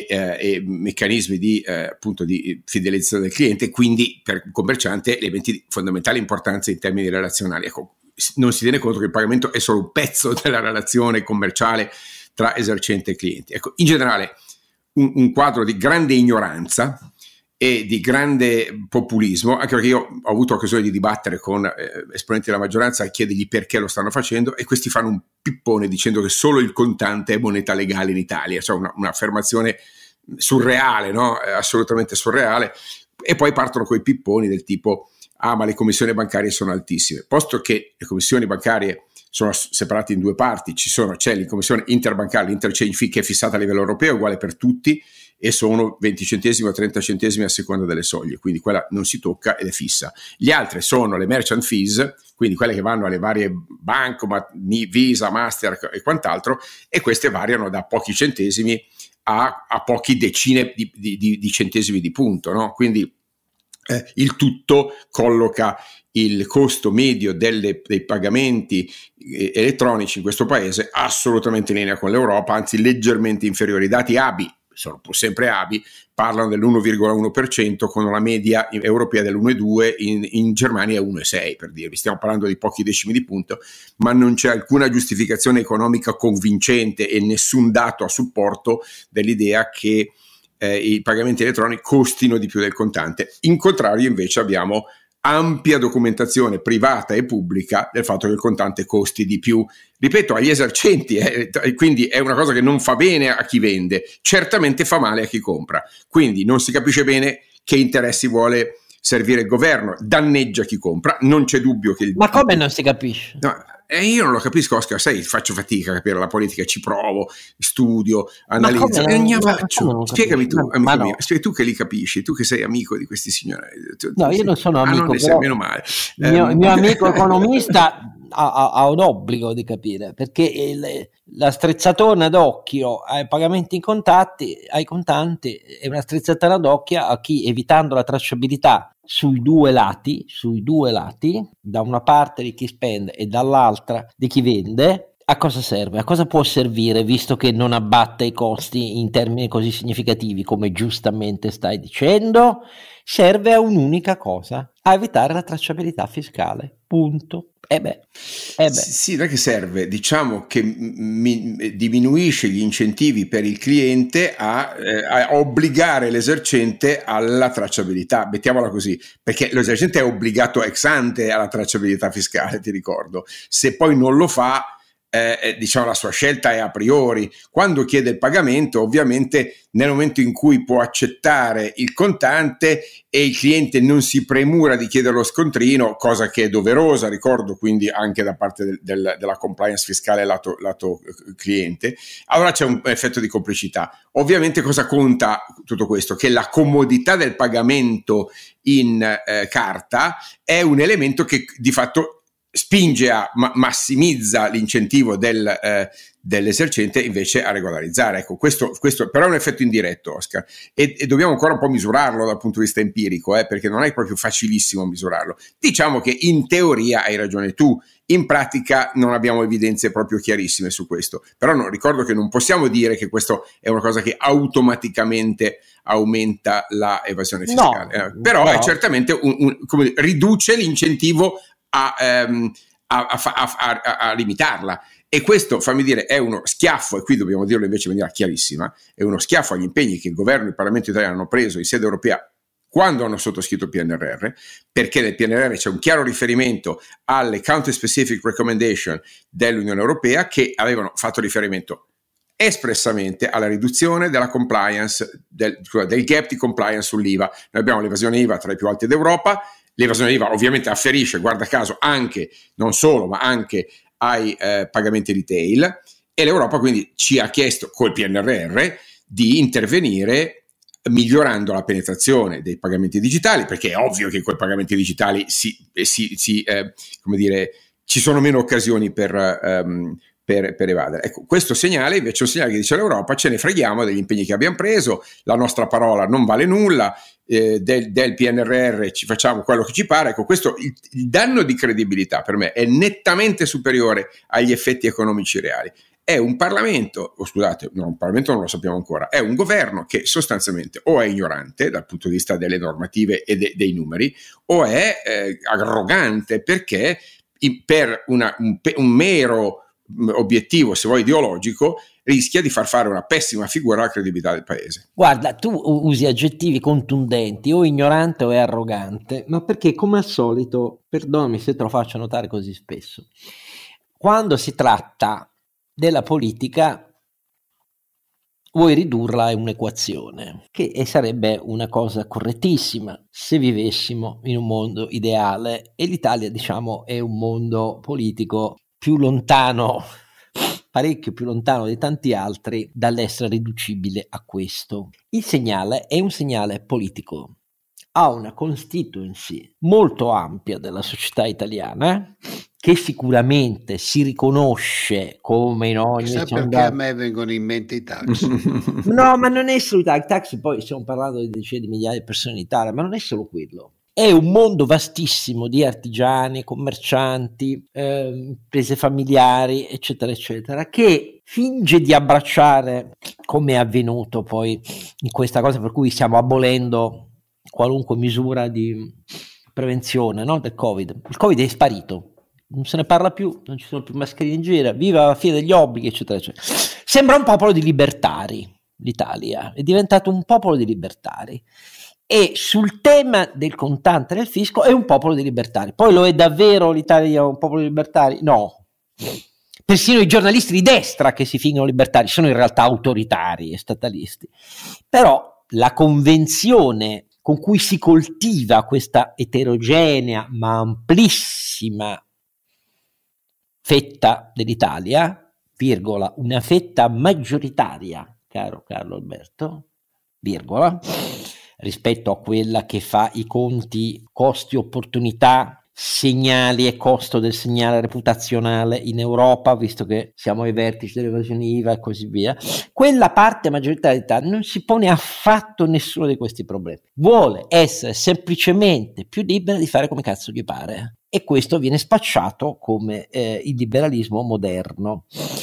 e meccanismi di fidelizzazione del cliente, quindi per il commerciante elementi di fondamentale importanza in termini relazionali. Ecco, non si tiene conto che il pagamento è solo un pezzo della relazione commerciale tra esercente e cliente. Ecco, in generale un quadro di grande ignoranza e di grande populismo, anche perché io ho avuto occasione di dibattere con esponenti della maggioranza e chiedergli perché lo stanno facendo, e questi fanno un pippone dicendo che solo il contante è moneta legale in Italia, cioè un'affermazione surreale, no? Assolutamente surreale, e poi partono coi pipponi del tipo: ah, ma le commissioni bancarie sono altissime, posto che le commissioni bancarie sono separate in due parti. C'è la commissione interbancaria, l'interchange fee, che è fissata a livello europeo, uguale per tutti, e sono 20 centesimi o 30 centesimi a seconda delle soglie, quindi quella non si tocca ed è fissa. Gli altri sono le merchant fees, quindi quelle che vanno alle varie Bancomat, Visa, Master e quant'altro, e queste variano da pochi centesimi a pochi decine di centesimi di punto, no? Quindi il tutto colloca il costo medio dei pagamenti elettronici in questo paese assolutamente in linea con l'Europa, anzi leggermente inferiori. I dati ABI, sono pur sempre ABI, parlano dell'1,1%, con una media europea dell'1,2%, in Germania è 1,6%, per dirvi. Stiamo parlando di pochi decimi di punto, ma non c'è alcuna giustificazione economica convincente e nessun dato a supporto dell'idea che i pagamenti elettronici costino di più del contante. In contrario, invece, abbiamo ampia documentazione privata e pubblica del fatto che il contante costi di più, ripeto, agli esercenti, quindi è una cosa che non fa bene a chi vende, certamente fa male a chi compra, quindi non si capisce bene che interessi vuole servire il governo, danneggia chi compra, non c'è dubbio che ma come non si capisce? No, io non lo capisco, Oscar, sai, faccio fatica a capire la politica, ci provo, studio, analizzo, spiegami tu, amico mio, spiegami tu che li capisci, tu che sei amico di questi signori. No, io non sono amico, non però meno male. Il mio amico economista ha un obbligo di capire, perché la strizzatona d'occhio ai pagamenti ai contanti è una strizzatona d'occhio a chi, evitando la tracciabilità sui due lati, da una parte di chi spende e dall'altra di chi vende, a cosa serve? A cosa può servire, visto che non abbatte i costi in termini così significativi, come giustamente stai dicendo? Serve a un'unica cosa, a evitare la tracciabilità fiscale. Punto. Sì, non è che serve, diciamo che diminuisce gli incentivi per il cliente a obbligare l'esercente alla tracciabilità, mettiamola così, perché l'esercente è obbligato ex ante alla tracciabilità fiscale, ti ricordo. Se poi non lo fa, diciamo la sua scelta è a priori. Quando chiede il pagamento, ovviamente nel momento in cui può accettare il contante e il cliente non si premura di chiedere lo scontrino, cosa che è doverosa, ricordo, quindi anche da parte della compliance fiscale lato cliente, allora c'è un effetto di complicità. Ovviamente cosa conta tutto questo? Che la comodità del pagamento in carta è un elemento che di fatto spinge massimizza l'incentivo dell'esercente invece a regolarizzare. Ecco, questo però è un effetto indiretto, Oscar, e dobbiamo ancora un po' misurarlo dal punto di vista empirico, perché non è proprio facilissimo misurarlo. Diciamo che in teoria hai ragione tu, in pratica non abbiamo evidenze proprio chiarissime su questo, però ricordo che non possiamo dire che questo è una cosa che automaticamente aumenta la evasione fiscale, però è certamente come riduce l'incentivo a limitarla, e questo, fammi dire, è uno schiaffo, e qui dobbiamo dirlo invece in maniera chiarissima, è uno schiaffo agli impegni che il governo e il Parlamento italiano hanno preso in sede europea quando hanno sottoscritto il PNRR, perché nel PNRR c'è un chiaro riferimento alle country specific recommendation dell'Unione Europea che avevano fatto riferimento espressamente alla riduzione della compliance, del gap di compliance sull'IVA. Noi abbiamo l'evasione IVA tra i più alti d'Europa. L'evasione IVA ovviamente afferisce, guarda caso, anche, non solo, ma anche ai pagamenti retail, e l'Europa quindi ci ha chiesto col PNRR di intervenire migliorando la penetrazione dei pagamenti digitali, perché è ovvio che con i pagamenti digitali come dire, ci sono meno occasioni per evadere. Ecco, questo segnale invece è un segnale che dice l'Europa: ce ne freghiamo degli impegni che abbiamo preso, la nostra parola non vale nulla, del PNRR ci facciamo quello che ci pare. Ecco, questo il danno di credibilità per me è nettamente superiore agli effetti economici reali. È un Parlamento, un Parlamento non lo sappiamo ancora, è un governo che sostanzialmente o è ignorante dal punto di vista delle normative e dei numeri, o è arrogante, perché per un mero obiettivo, se vuoi ideologico, rischia di far fare una pessima figura alla credibilità del paese. Guarda, tu usi aggettivi contundenti, o ignorante o è arrogante, ma perché, come al solito, perdonami se te lo faccio notare così spesso, quando si tratta della politica vuoi ridurla a un'equazione, che sarebbe una cosa correttissima se vivessimo in un mondo ideale, e l'Italia, diciamo, è un mondo politico più lontano, parecchio più lontano di tanti altri, dall'essere riducibile a questo. Il segnale è un segnale politico, ha una constituency molto ampia della società italiana, che sicuramente si riconosce, come in ogni... Chissà perché a me vengono in mente i taxi. No, ma non è solo i taxi, poi stiamo parlando di decine di migliaia di persone in Italia, ma non è solo quello. È un mondo vastissimo di artigiani, commercianti, imprese familiari, eccetera, eccetera, che finge di abbracciare, come è avvenuto poi in questa cosa per cui stiamo abolendo qualunque misura di prevenzione, no, del Covid. Il Covid è sparito, non se ne parla più, non ci sono più mascherine in giro, viva la fine degli obblighi, eccetera, eccetera. Sembra un popolo di libertari, l'Italia è diventato un popolo di libertari. E sul tema del contante del fisco è un popolo di libertari. Poi lo è davvero l'Italia un popolo di libertari? No. Persino i giornalisti di destra che si fingono libertari sono in realtà autoritari e statalisti. Però la convenzione con cui si coltiva questa eterogenea ma amplissima fetta dell'Italia, virgola, una fetta maggioritaria, caro Carlo Alberto, virgola, rispetto a quella che fa i conti costi-opportunità segnali e costo del segnale reputazionale in Europa, visto che siamo ai vertici dell'evasione IVA e così via. Quella parte maggioritaria non si pone affatto nessuno di questi problemi, vuole essere semplicemente più libera di fare come cazzo gli pare, e questo viene spacciato come il liberalismo moderno.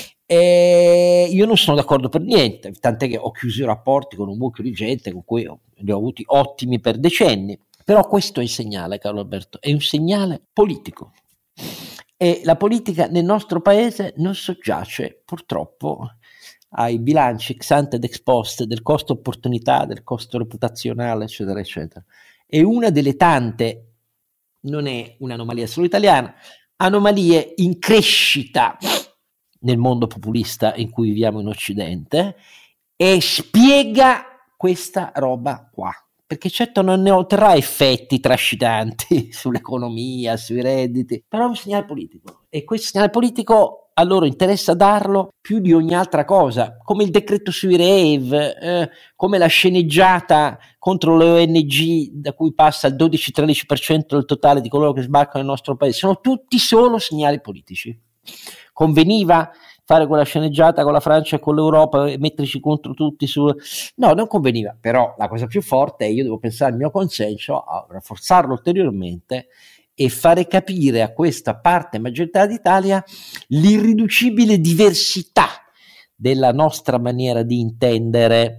E io non sono d'accordo per niente, tant'è che ho chiuso i rapporti con un mucchio di gente con cui li ho avuti ottimi per decenni. Però questo è il segnale, Carlo Alberto, è un segnale politico, e la politica nel nostro paese non soggiace purtroppo ai bilanci ex ante ed ex post del costo opportunità, del costo reputazionale, eccetera eccetera. È una delle tante, non è un'anomalia solo italiana, anomalie in crescita nel mondo populista in cui viviamo in Occidente, e spiega questa roba qua. Perché certo non ne otterrà effetti trascinanti sull'economia, sui redditi, però è un segnale politico, e questo segnale politico a loro interessa darlo più di ogni altra cosa, come il decreto sui rave, come la sceneggiata contro le ONG, da cui passa il 12-13% del totale di coloro che sbarcano nel nostro paese. Sono tutti solo segnali politici. Conveniva fare quella sceneggiata con la Francia e con l'Europa e metterci contro tutti no, non conveniva, però la cosa più forte è io devo pensare al mio consenso, a rafforzarlo ulteriormente e fare capire a questa parte maggioritaria d'Italia l'irriducibile diversità della nostra maniera di intendere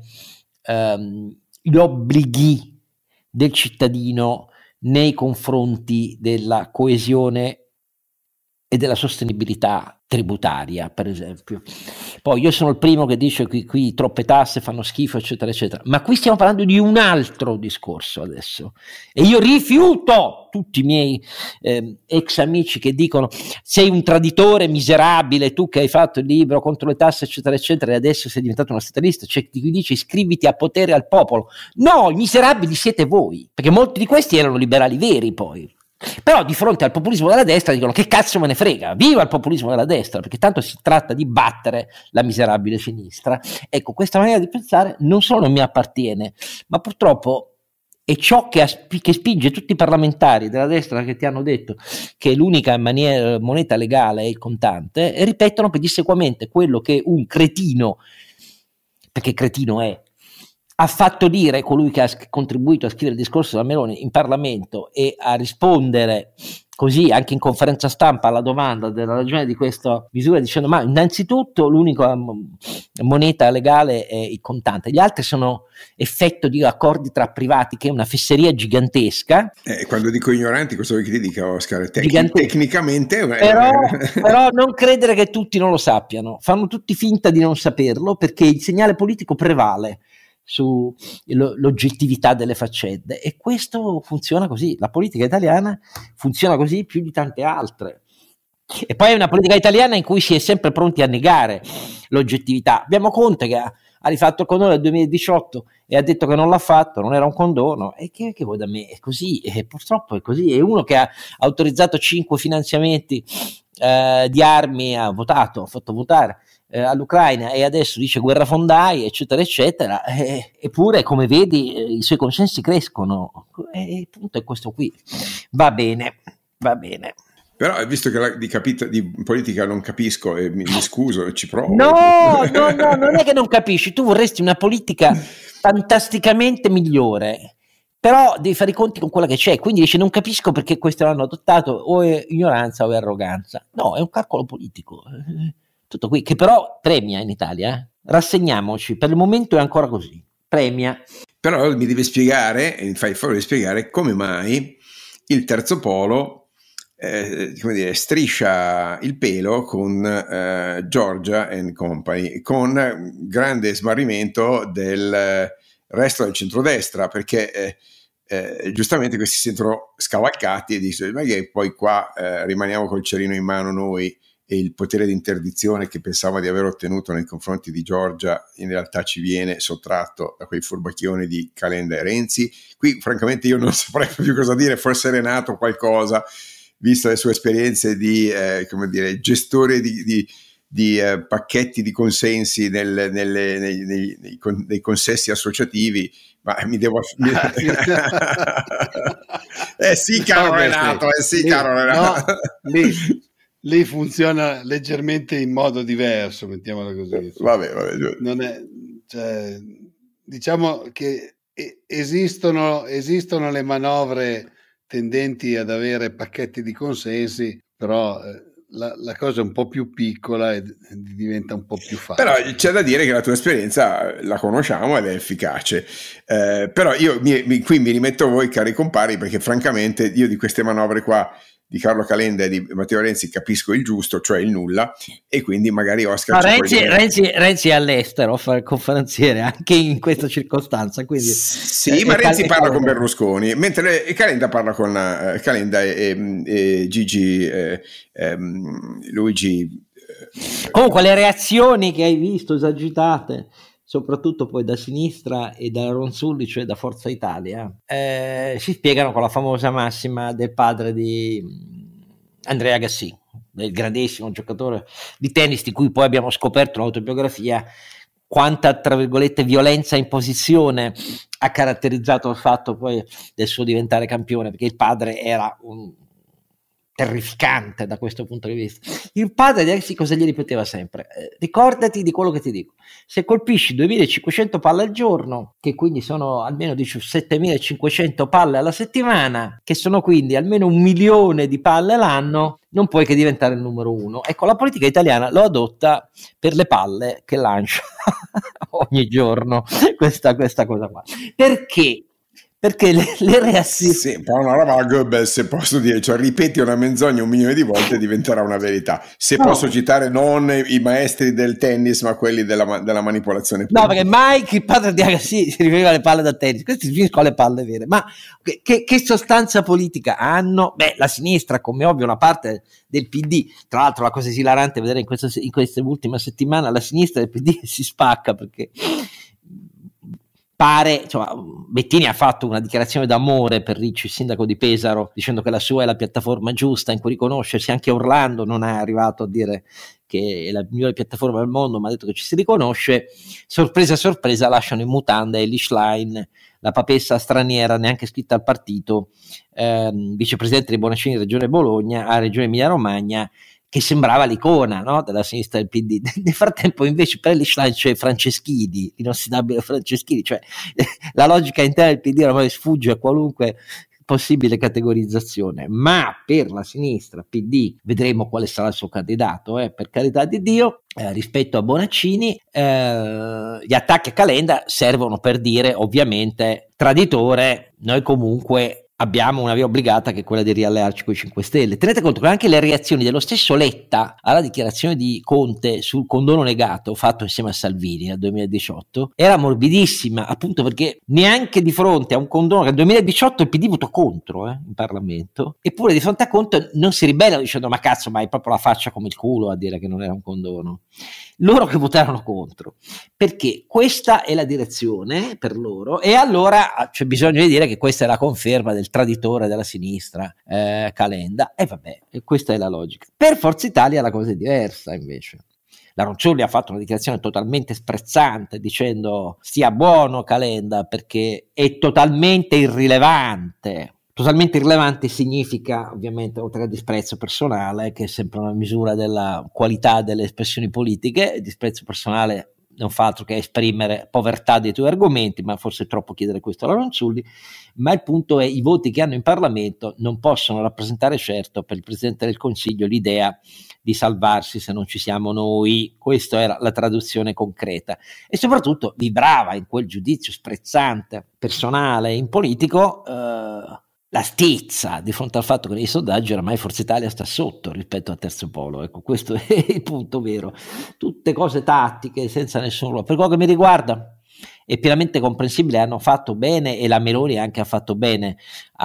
gli obblighi del cittadino nei confronti della coesione e della sostenibilità tributaria, per esempio. Poi io sono il primo che dice qui troppe tasse fanno schifo, eccetera eccetera, ma qui stiamo parlando di un altro discorso adesso, e io rifiuto tutti i miei ex amici che dicono sei un traditore miserabile, tu che hai fatto il libro contro le tasse eccetera eccetera e adesso sei diventato una statalista. C'è chi dice iscriviti a Potere al Popolo. No, i miserabili siete voi, perché molti di questi erano liberali veri poi. Però di fronte al populismo della destra dicono che cazzo me ne frega, viva il populismo della destra, perché tanto si tratta di battere la miserabile sinistra. Ecco, questa maniera di pensare non solo non mi appartiene, ma purtroppo è ciò che spinge tutti i parlamentari della destra che ti hanno detto che l'unica moneta legale è il contante, e ripetono pedissequamente quello che un cretino, perché cretino è, ha fatto dire colui che ha contribuito a scrivere il discorso della Meloni in Parlamento e a rispondere così anche in conferenza stampa alla domanda della ragione di questa misura, dicendo ma innanzitutto l'unica moneta legale è il contante, gli altri sono effetto di accordi tra privati, che è una fesseria gigantesca. Quando dico ignoranti, cosa vuoi che ti dica, Oscar? Tecnicamente però non credere che tutti non lo sappiano, fanno tutti finta di non saperlo, perché il segnale politico prevale sull'oggettività delle faccende, e questo funziona così, la politica italiana funziona così più di tante altre. E poi è una politica italiana in cui si è sempre pronti a negare l'oggettività. Abbiamo Conte che ha rifatto il condono nel 2018 e ha detto che non l'ha fatto, non era un condono, e che vuoi da me? È così, e purtroppo è così. È uno che ha autorizzato 5 finanziamenti di armi, ha fatto votare all'Ucraina, e adesso dice guerrafondai eccetera eccetera, eppure come vedi i suoi consensi crescono, e il punto è questo qui. Va bene. Però visto che di politica non capisco, e mi scuso, ci provo. No, non è che non capisci, tu vorresti una politica fantasticamente migliore, però devi fare i conti con quella che c'è, quindi dici non capisco perché questo l'hanno adottato, o è ignoranza o è arroganza. No, è un calcolo politico, tutto qui, che però premia in Italia, rassegniamoci, per il momento è ancora così, premia. Però mi devi spiegare, mi fai il favore di spiegare come mai il terzo polo striscia il pelo con Giorgia and Company, con grande smarrimento del resto del centrodestra, perché giustamente questi si sentono scavalcati e dicono ma che poi qua rimaniamo col cerino in mano noi, e il potere di interdizione che pensavo di aver ottenuto nei confronti di Giorgia in realtà ci viene sottratto da quei furbacchioni di Calenda e Renzi. Qui francamente io non saprei più cosa dire, forse Renato qualcosa, vista le sue esperienze di gestore di pacchetti di consensi nei consessi associativi, ma mi devo sì, caro Renato, caro Renato. No, lì funziona leggermente in modo diverso, mettiamola così. Vabbè. Non è, cioè, diciamo che esistono le manovre tendenti ad avere pacchetti di consensi, però la cosa è un po' più piccola e diventa un po' più facile. Però c'è da dire che la tua esperienza la conosciamo ed è efficace, però io qui mi rimetto a voi, cari compari, perché francamente io di queste manovre qua di Carlo Calenda e di Matteo Renzi capisco il giusto, cioè il nulla, e quindi magari Oscar... Renzi è all'estero a fare il conferenziere anche in questa circostanza, quindi sì, ma Renzi parla con Berlusconi, mentre Calenda parla con Calenda e Gigi Luigi. Comunque le reazioni che hai visto esagitate soprattutto poi da sinistra e da Ronzulli, cioè da Forza Italia, si spiegano con la famosa massima del padre di Andrea Agassi, del grandissimo giocatore di tennis di cui poi abbiamo scoperto un'autobiografia, quanta, tra virgolette, violenza in posizione ha caratterizzato il fatto poi del suo diventare campione, perché il padre era un terrificante da questo punto di vista. Il padre di Agassi cosa gli ripeteva sempre? Ricordati di quello che ti dico, se colpisci 2500 palle al giorno, che quindi sono almeno 17.500 palle alla settimana, che sono quindi almeno 1 milione di palle l'anno, non puoi che diventare il numero uno. Ecco, la politica italiana lo adotta per le palle che lancia ogni giorno questa cosa qua. Perché le reazioni... Sì, poi una roba Goebbels, se posso dire, cioè ripeti una menzogna 1 milione di volte diventerà una verità. Se posso citare non i maestri del tennis, ma quelli della manipolazione politica. No, perché Mike, il padre di Agassi, si riferiva alle palle da tennis, questi si riferiscono alle palle vere. Ma che sostanza politica hanno? Beh, la sinistra, come ovvio, una parte del PD, tra l'altro la cosa esilarante è vedere in queste ultime settimane, la sinistra del PD si spacca, perché... pare, insomma, Bettini ha fatto una dichiarazione d'amore per Ricci, il sindaco di Pesaro, dicendo che la sua è la piattaforma giusta in cui riconoscersi. Anche Orlando non è arrivato a dire che è la migliore piattaforma del mondo, ma ha detto che ci si riconosce. Sorpresa sorpresa, lasciano in mutanda Elly Schlein, la papessa straniera neanche iscritta al partito, vicepresidente di Bonaccini Regione Bologna, a Regione Emilia Romagna, che sembrava l'icona, no, della sinistra del PD. Nel frattempo invece per Elly Schlein c'è Franceschini, l'inossidabile Franceschini, cioè la logica interna del PD ormai sfugge a qualunque possibile categorizzazione, ma per la sinistra PD vedremo quale sarà il suo candidato, per carità di Dio. Rispetto a Bonaccini, gli attacchi a Calenda servono per dire, ovviamente, traditore, noi comunque abbiamo una via obbligata che è quella di riallearci con i 5 Stelle. Tenete conto che anche le reazioni dello stesso Letta alla dichiarazione di Conte sul condono negato fatto insieme a Salvini nel 2018 era morbidissima, appunto perché neanche di fronte a un condono che nel 2018 il PD votò contro in Parlamento, eppure di fronte a Conte non si ribellano dicendo ma cazzo, ma hai proprio la faccia come il culo a dire che non era un condono. Loro che votarono contro, perché questa è la direzione per loro, e allora c'è bisogno di dire che questa è la conferma del traditore della sinistra, Calenda, e vabbè, questa è la logica. Per Forza Italia la cosa è diversa invece. La Ronzulli ha fatto una dichiarazione totalmente sprezzante dicendo stia buono Calenda perché è totalmente irrilevante. Totalmente irrilevante significa, ovviamente, oltre al disprezzo personale, che è sempre una misura della qualità delle espressioni politiche. Il disprezzo personale non fa altro che esprimere povertà dei tuoi argomenti, ma forse è troppo chiedere questo alla Ronzulli. Ma il punto è: i voti che hanno in Parlamento non possono rappresentare certo per il Presidente del Consiglio l'idea di salvarsi se non ci siamo noi. Questa era la traduzione concreta, e soprattutto vibrava in quel giudizio sprezzante personale in politico la stizza di fronte al fatto che nei sondaggi oramai Forza Italia sta sotto rispetto a Terzo Polo. Ecco, questo è il punto vero. Tutte cose tattiche senza nessun ruolo. Per quello che mi riguarda è pienamente comprensibile, hanno fatto bene, e la Meloni anche ha fatto bene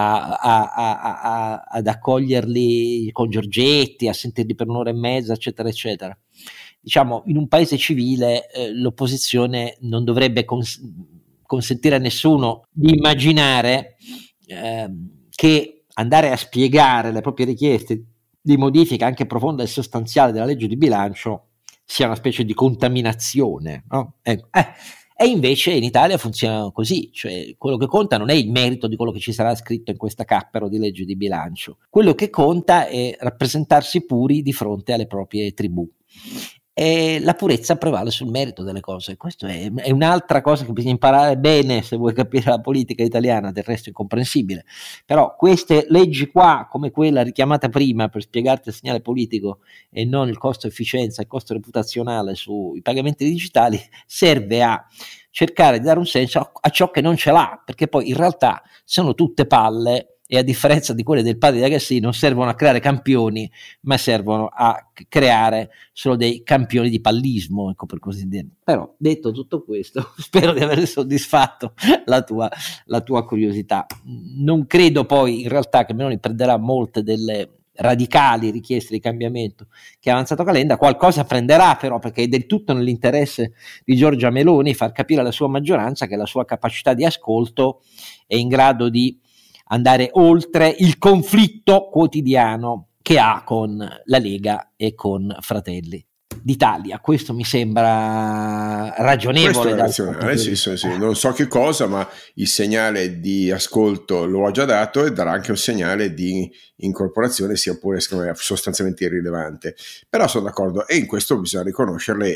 ad accoglierli con Giorgetti, a sentirli per 1 ora e mezza, eccetera eccetera. Diciamo, in un paese civile l'opposizione non dovrebbe consentire a nessuno di immaginare che andare a spiegare le proprie richieste di modifica anche profonda e sostanziale della legge di bilancio sia una specie di contaminazione, no? E invece in Italia funziona così, cioè quello che conta non è il merito di quello che ci sarà scritto in questa cappero di legge di bilancio, quello che conta è rappresentarsi puri di fronte alle proprie tribù. E la purezza prevale sul merito delle cose. Questo è un'altra cosa che bisogna imparare bene se vuoi capire la politica italiana, del resto è incomprensibile. Però queste leggi qua, come quella richiamata prima per spiegarti il segnale politico e non il costo efficienza, il costo reputazionale sui pagamenti digitali, serve a cercare di dare un senso a ciò che non ce l'ha, perché poi in realtà sono tutte palle, e a differenza di quelle del padre di Agassi non servono a creare campioni, ma servono a creare solo dei campioni di pallismo, ecco, per così dire. Però detto tutto questo, spero di aver soddisfatto la tua curiosità. Non credo poi in realtà che Meloni prenderà molte delle radicali richieste di cambiamento che ha avanzato Calenda. Qualcosa prenderà però, perché è del tutto nell'interesse di Giorgia Meloni far capire alla sua maggioranza che la sua capacità di ascolto è in grado di andare oltre il conflitto quotidiano che ha con la Lega e con Fratelli d'Italia. Questo mi sembra ragionevole. Questo è razionale, sì. Non so che cosa, ma il segnale di ascolto lo ha già dato e darà anche un segnale di incorporazione, sia pure sostanzialmente irrilevante. Però sono d'accordo, e in questo bisogna riconoscerle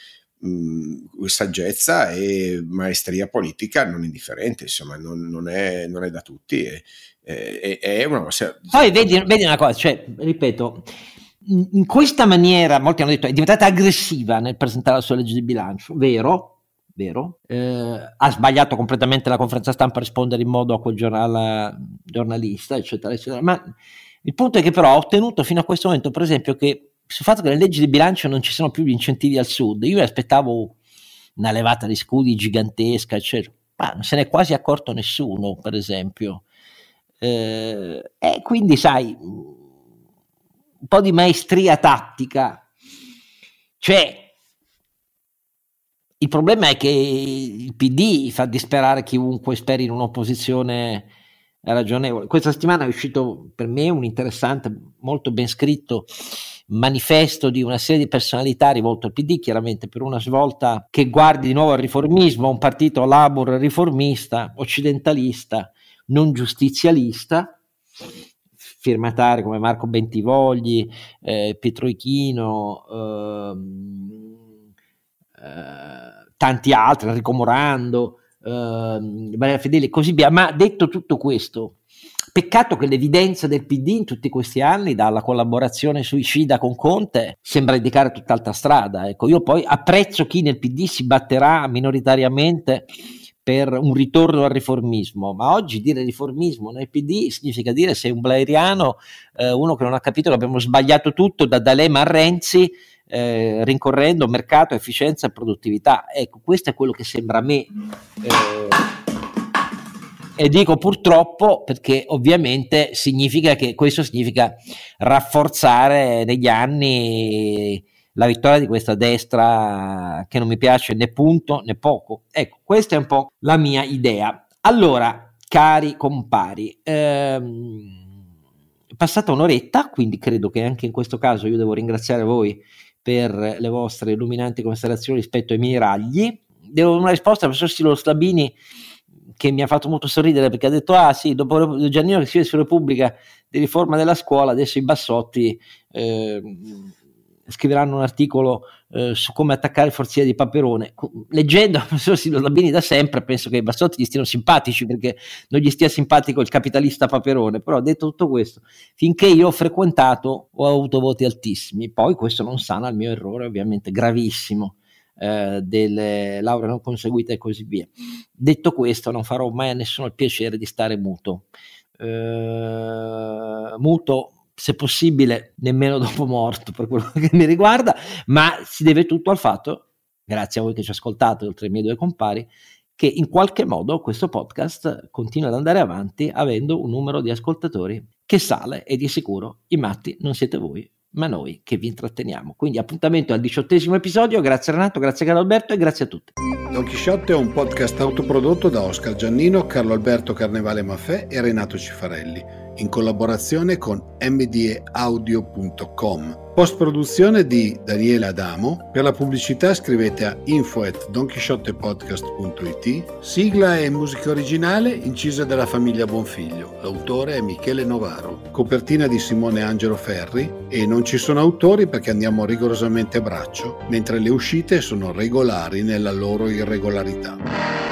saggezza e maestria politica non indifferente, insomma, non è da tutti, è una cosa. Poi vedi una cosa, cioè, ripeto, in questa maniera molti hanno detto è diventata aggressiva nel presentare la sua legge di bilancio, vero, ha sbagliato completamente la conferenza stampa a rispondere in modo a quel giornalista, eccetera, eccetera, ma il punto è che però ha ottenuto fino a questo momento, per esempio, che sul fatto che nelle leggi di bilancio non ci sono più gli incentivi al sud, io mi aspettavo una levata di scudi gigantesca, eccetera, ma non se n'è quasi accorto nessuno, per esempio, e quindi sai, un po' di maestria tattica, cioè il problema è che il PD fa disperare chiunque speri in un'opposizione ragionevole. Questa settimana è uscito per me un interessante, molto ben scritto manifesto di una serie di personalità rivolto al PD, chiaramente per una svolta che guardi di nuovo al riformismo, un partito Labour riformista, occidentalista, non giustizialista, firmatari come Marco Bentivogli, Pietro Ichino, tanti altri, Enrico Morando, Maria Fedeli e così via. Ma detto tutto questo, peccato che l'evidenza del PD in tutti questi anni, dalla collaborazione suicida con Conte, sembra indicare tutt'altra strada. Ecco, io poi apprezzo chi nel PD si batterà minoritariamente per un ritorno al riformismo, ma oggi dire riformismo nel PD significa dire sei un blairiano, uno che non ha capito che abbiamo sbagliato tutto da D'Alema a Renzi, rincorrendo mercato, efficienza e produttività. Ecco, questo è quello che sembra a me, e dico purtroppo perché ovviamente questo significa rafforzare negli anni la vittoria di questa destra che non mi piace né punto né poco. Ecco, questa è un po' la mia idea. Allora, cari compari, è passata un'oretta, quindi credo che anche in questo caso io devo ringraziare voi per le vostre illuminanti considerazioni rispetto ai miei ragli. Devo una risposta al professor Silo Slabini, che mi ha fatto molto sorridere, perché ha detto sì, dopo Giannino che scrive su Repubblica di riforma della scuola, adesso i Bassotti scriveranno un articolo su come attaccare Forziere di Paperone. Leggendo il professor Silo Slabini da sempre penso che i Bassotti gli stiano simpatici, perché non gli stia simpatico il capitalista Paperone. Però detto tutto questo, finché io ho frequentato ho avuto voti altissimi. Poi questo non sana il mio errore ovviamente gravissimo delle lauree non conseguite e così via. Detto questo, non farò mai a nessuno il piacere di stare muto, se possibile nemmeno dopo morto, per quello che mi riguarda, ma si deve tutto al fatto, grazie a voi che ci ascoltate, oltre ai miei due compari, che in qualche modo questo podcast continua ad andare avanti avendo un numero di ascoltatori che sale, e di sicuro i matti non siete voi, ma noi che vi intratteniamo. Quindi appuntamento al 18° episodio. Grazie Renato, grazie Carlo Alberto e grazie a tutti. Don Chisciotte è un podcast autoprodotto da Oscar Giannino, Carlo Alberto Carnevale Maffè e Renato Cifarelli. in collaborazione con mdeaudio.com. Post-produzione di Daniele Adamo. Per la pubblicità scrivete a info@donchisciottepodcast.it. Sigla e musica originale incisa dalla famiglia Bonfiglio. L'autore è Michele Novaro. Copertina di Simone Angelo Ferri, e non ci sono autori perché andiamo rigorosamente a braccio, mentre le uscite sono regolari nella loro irregolarità.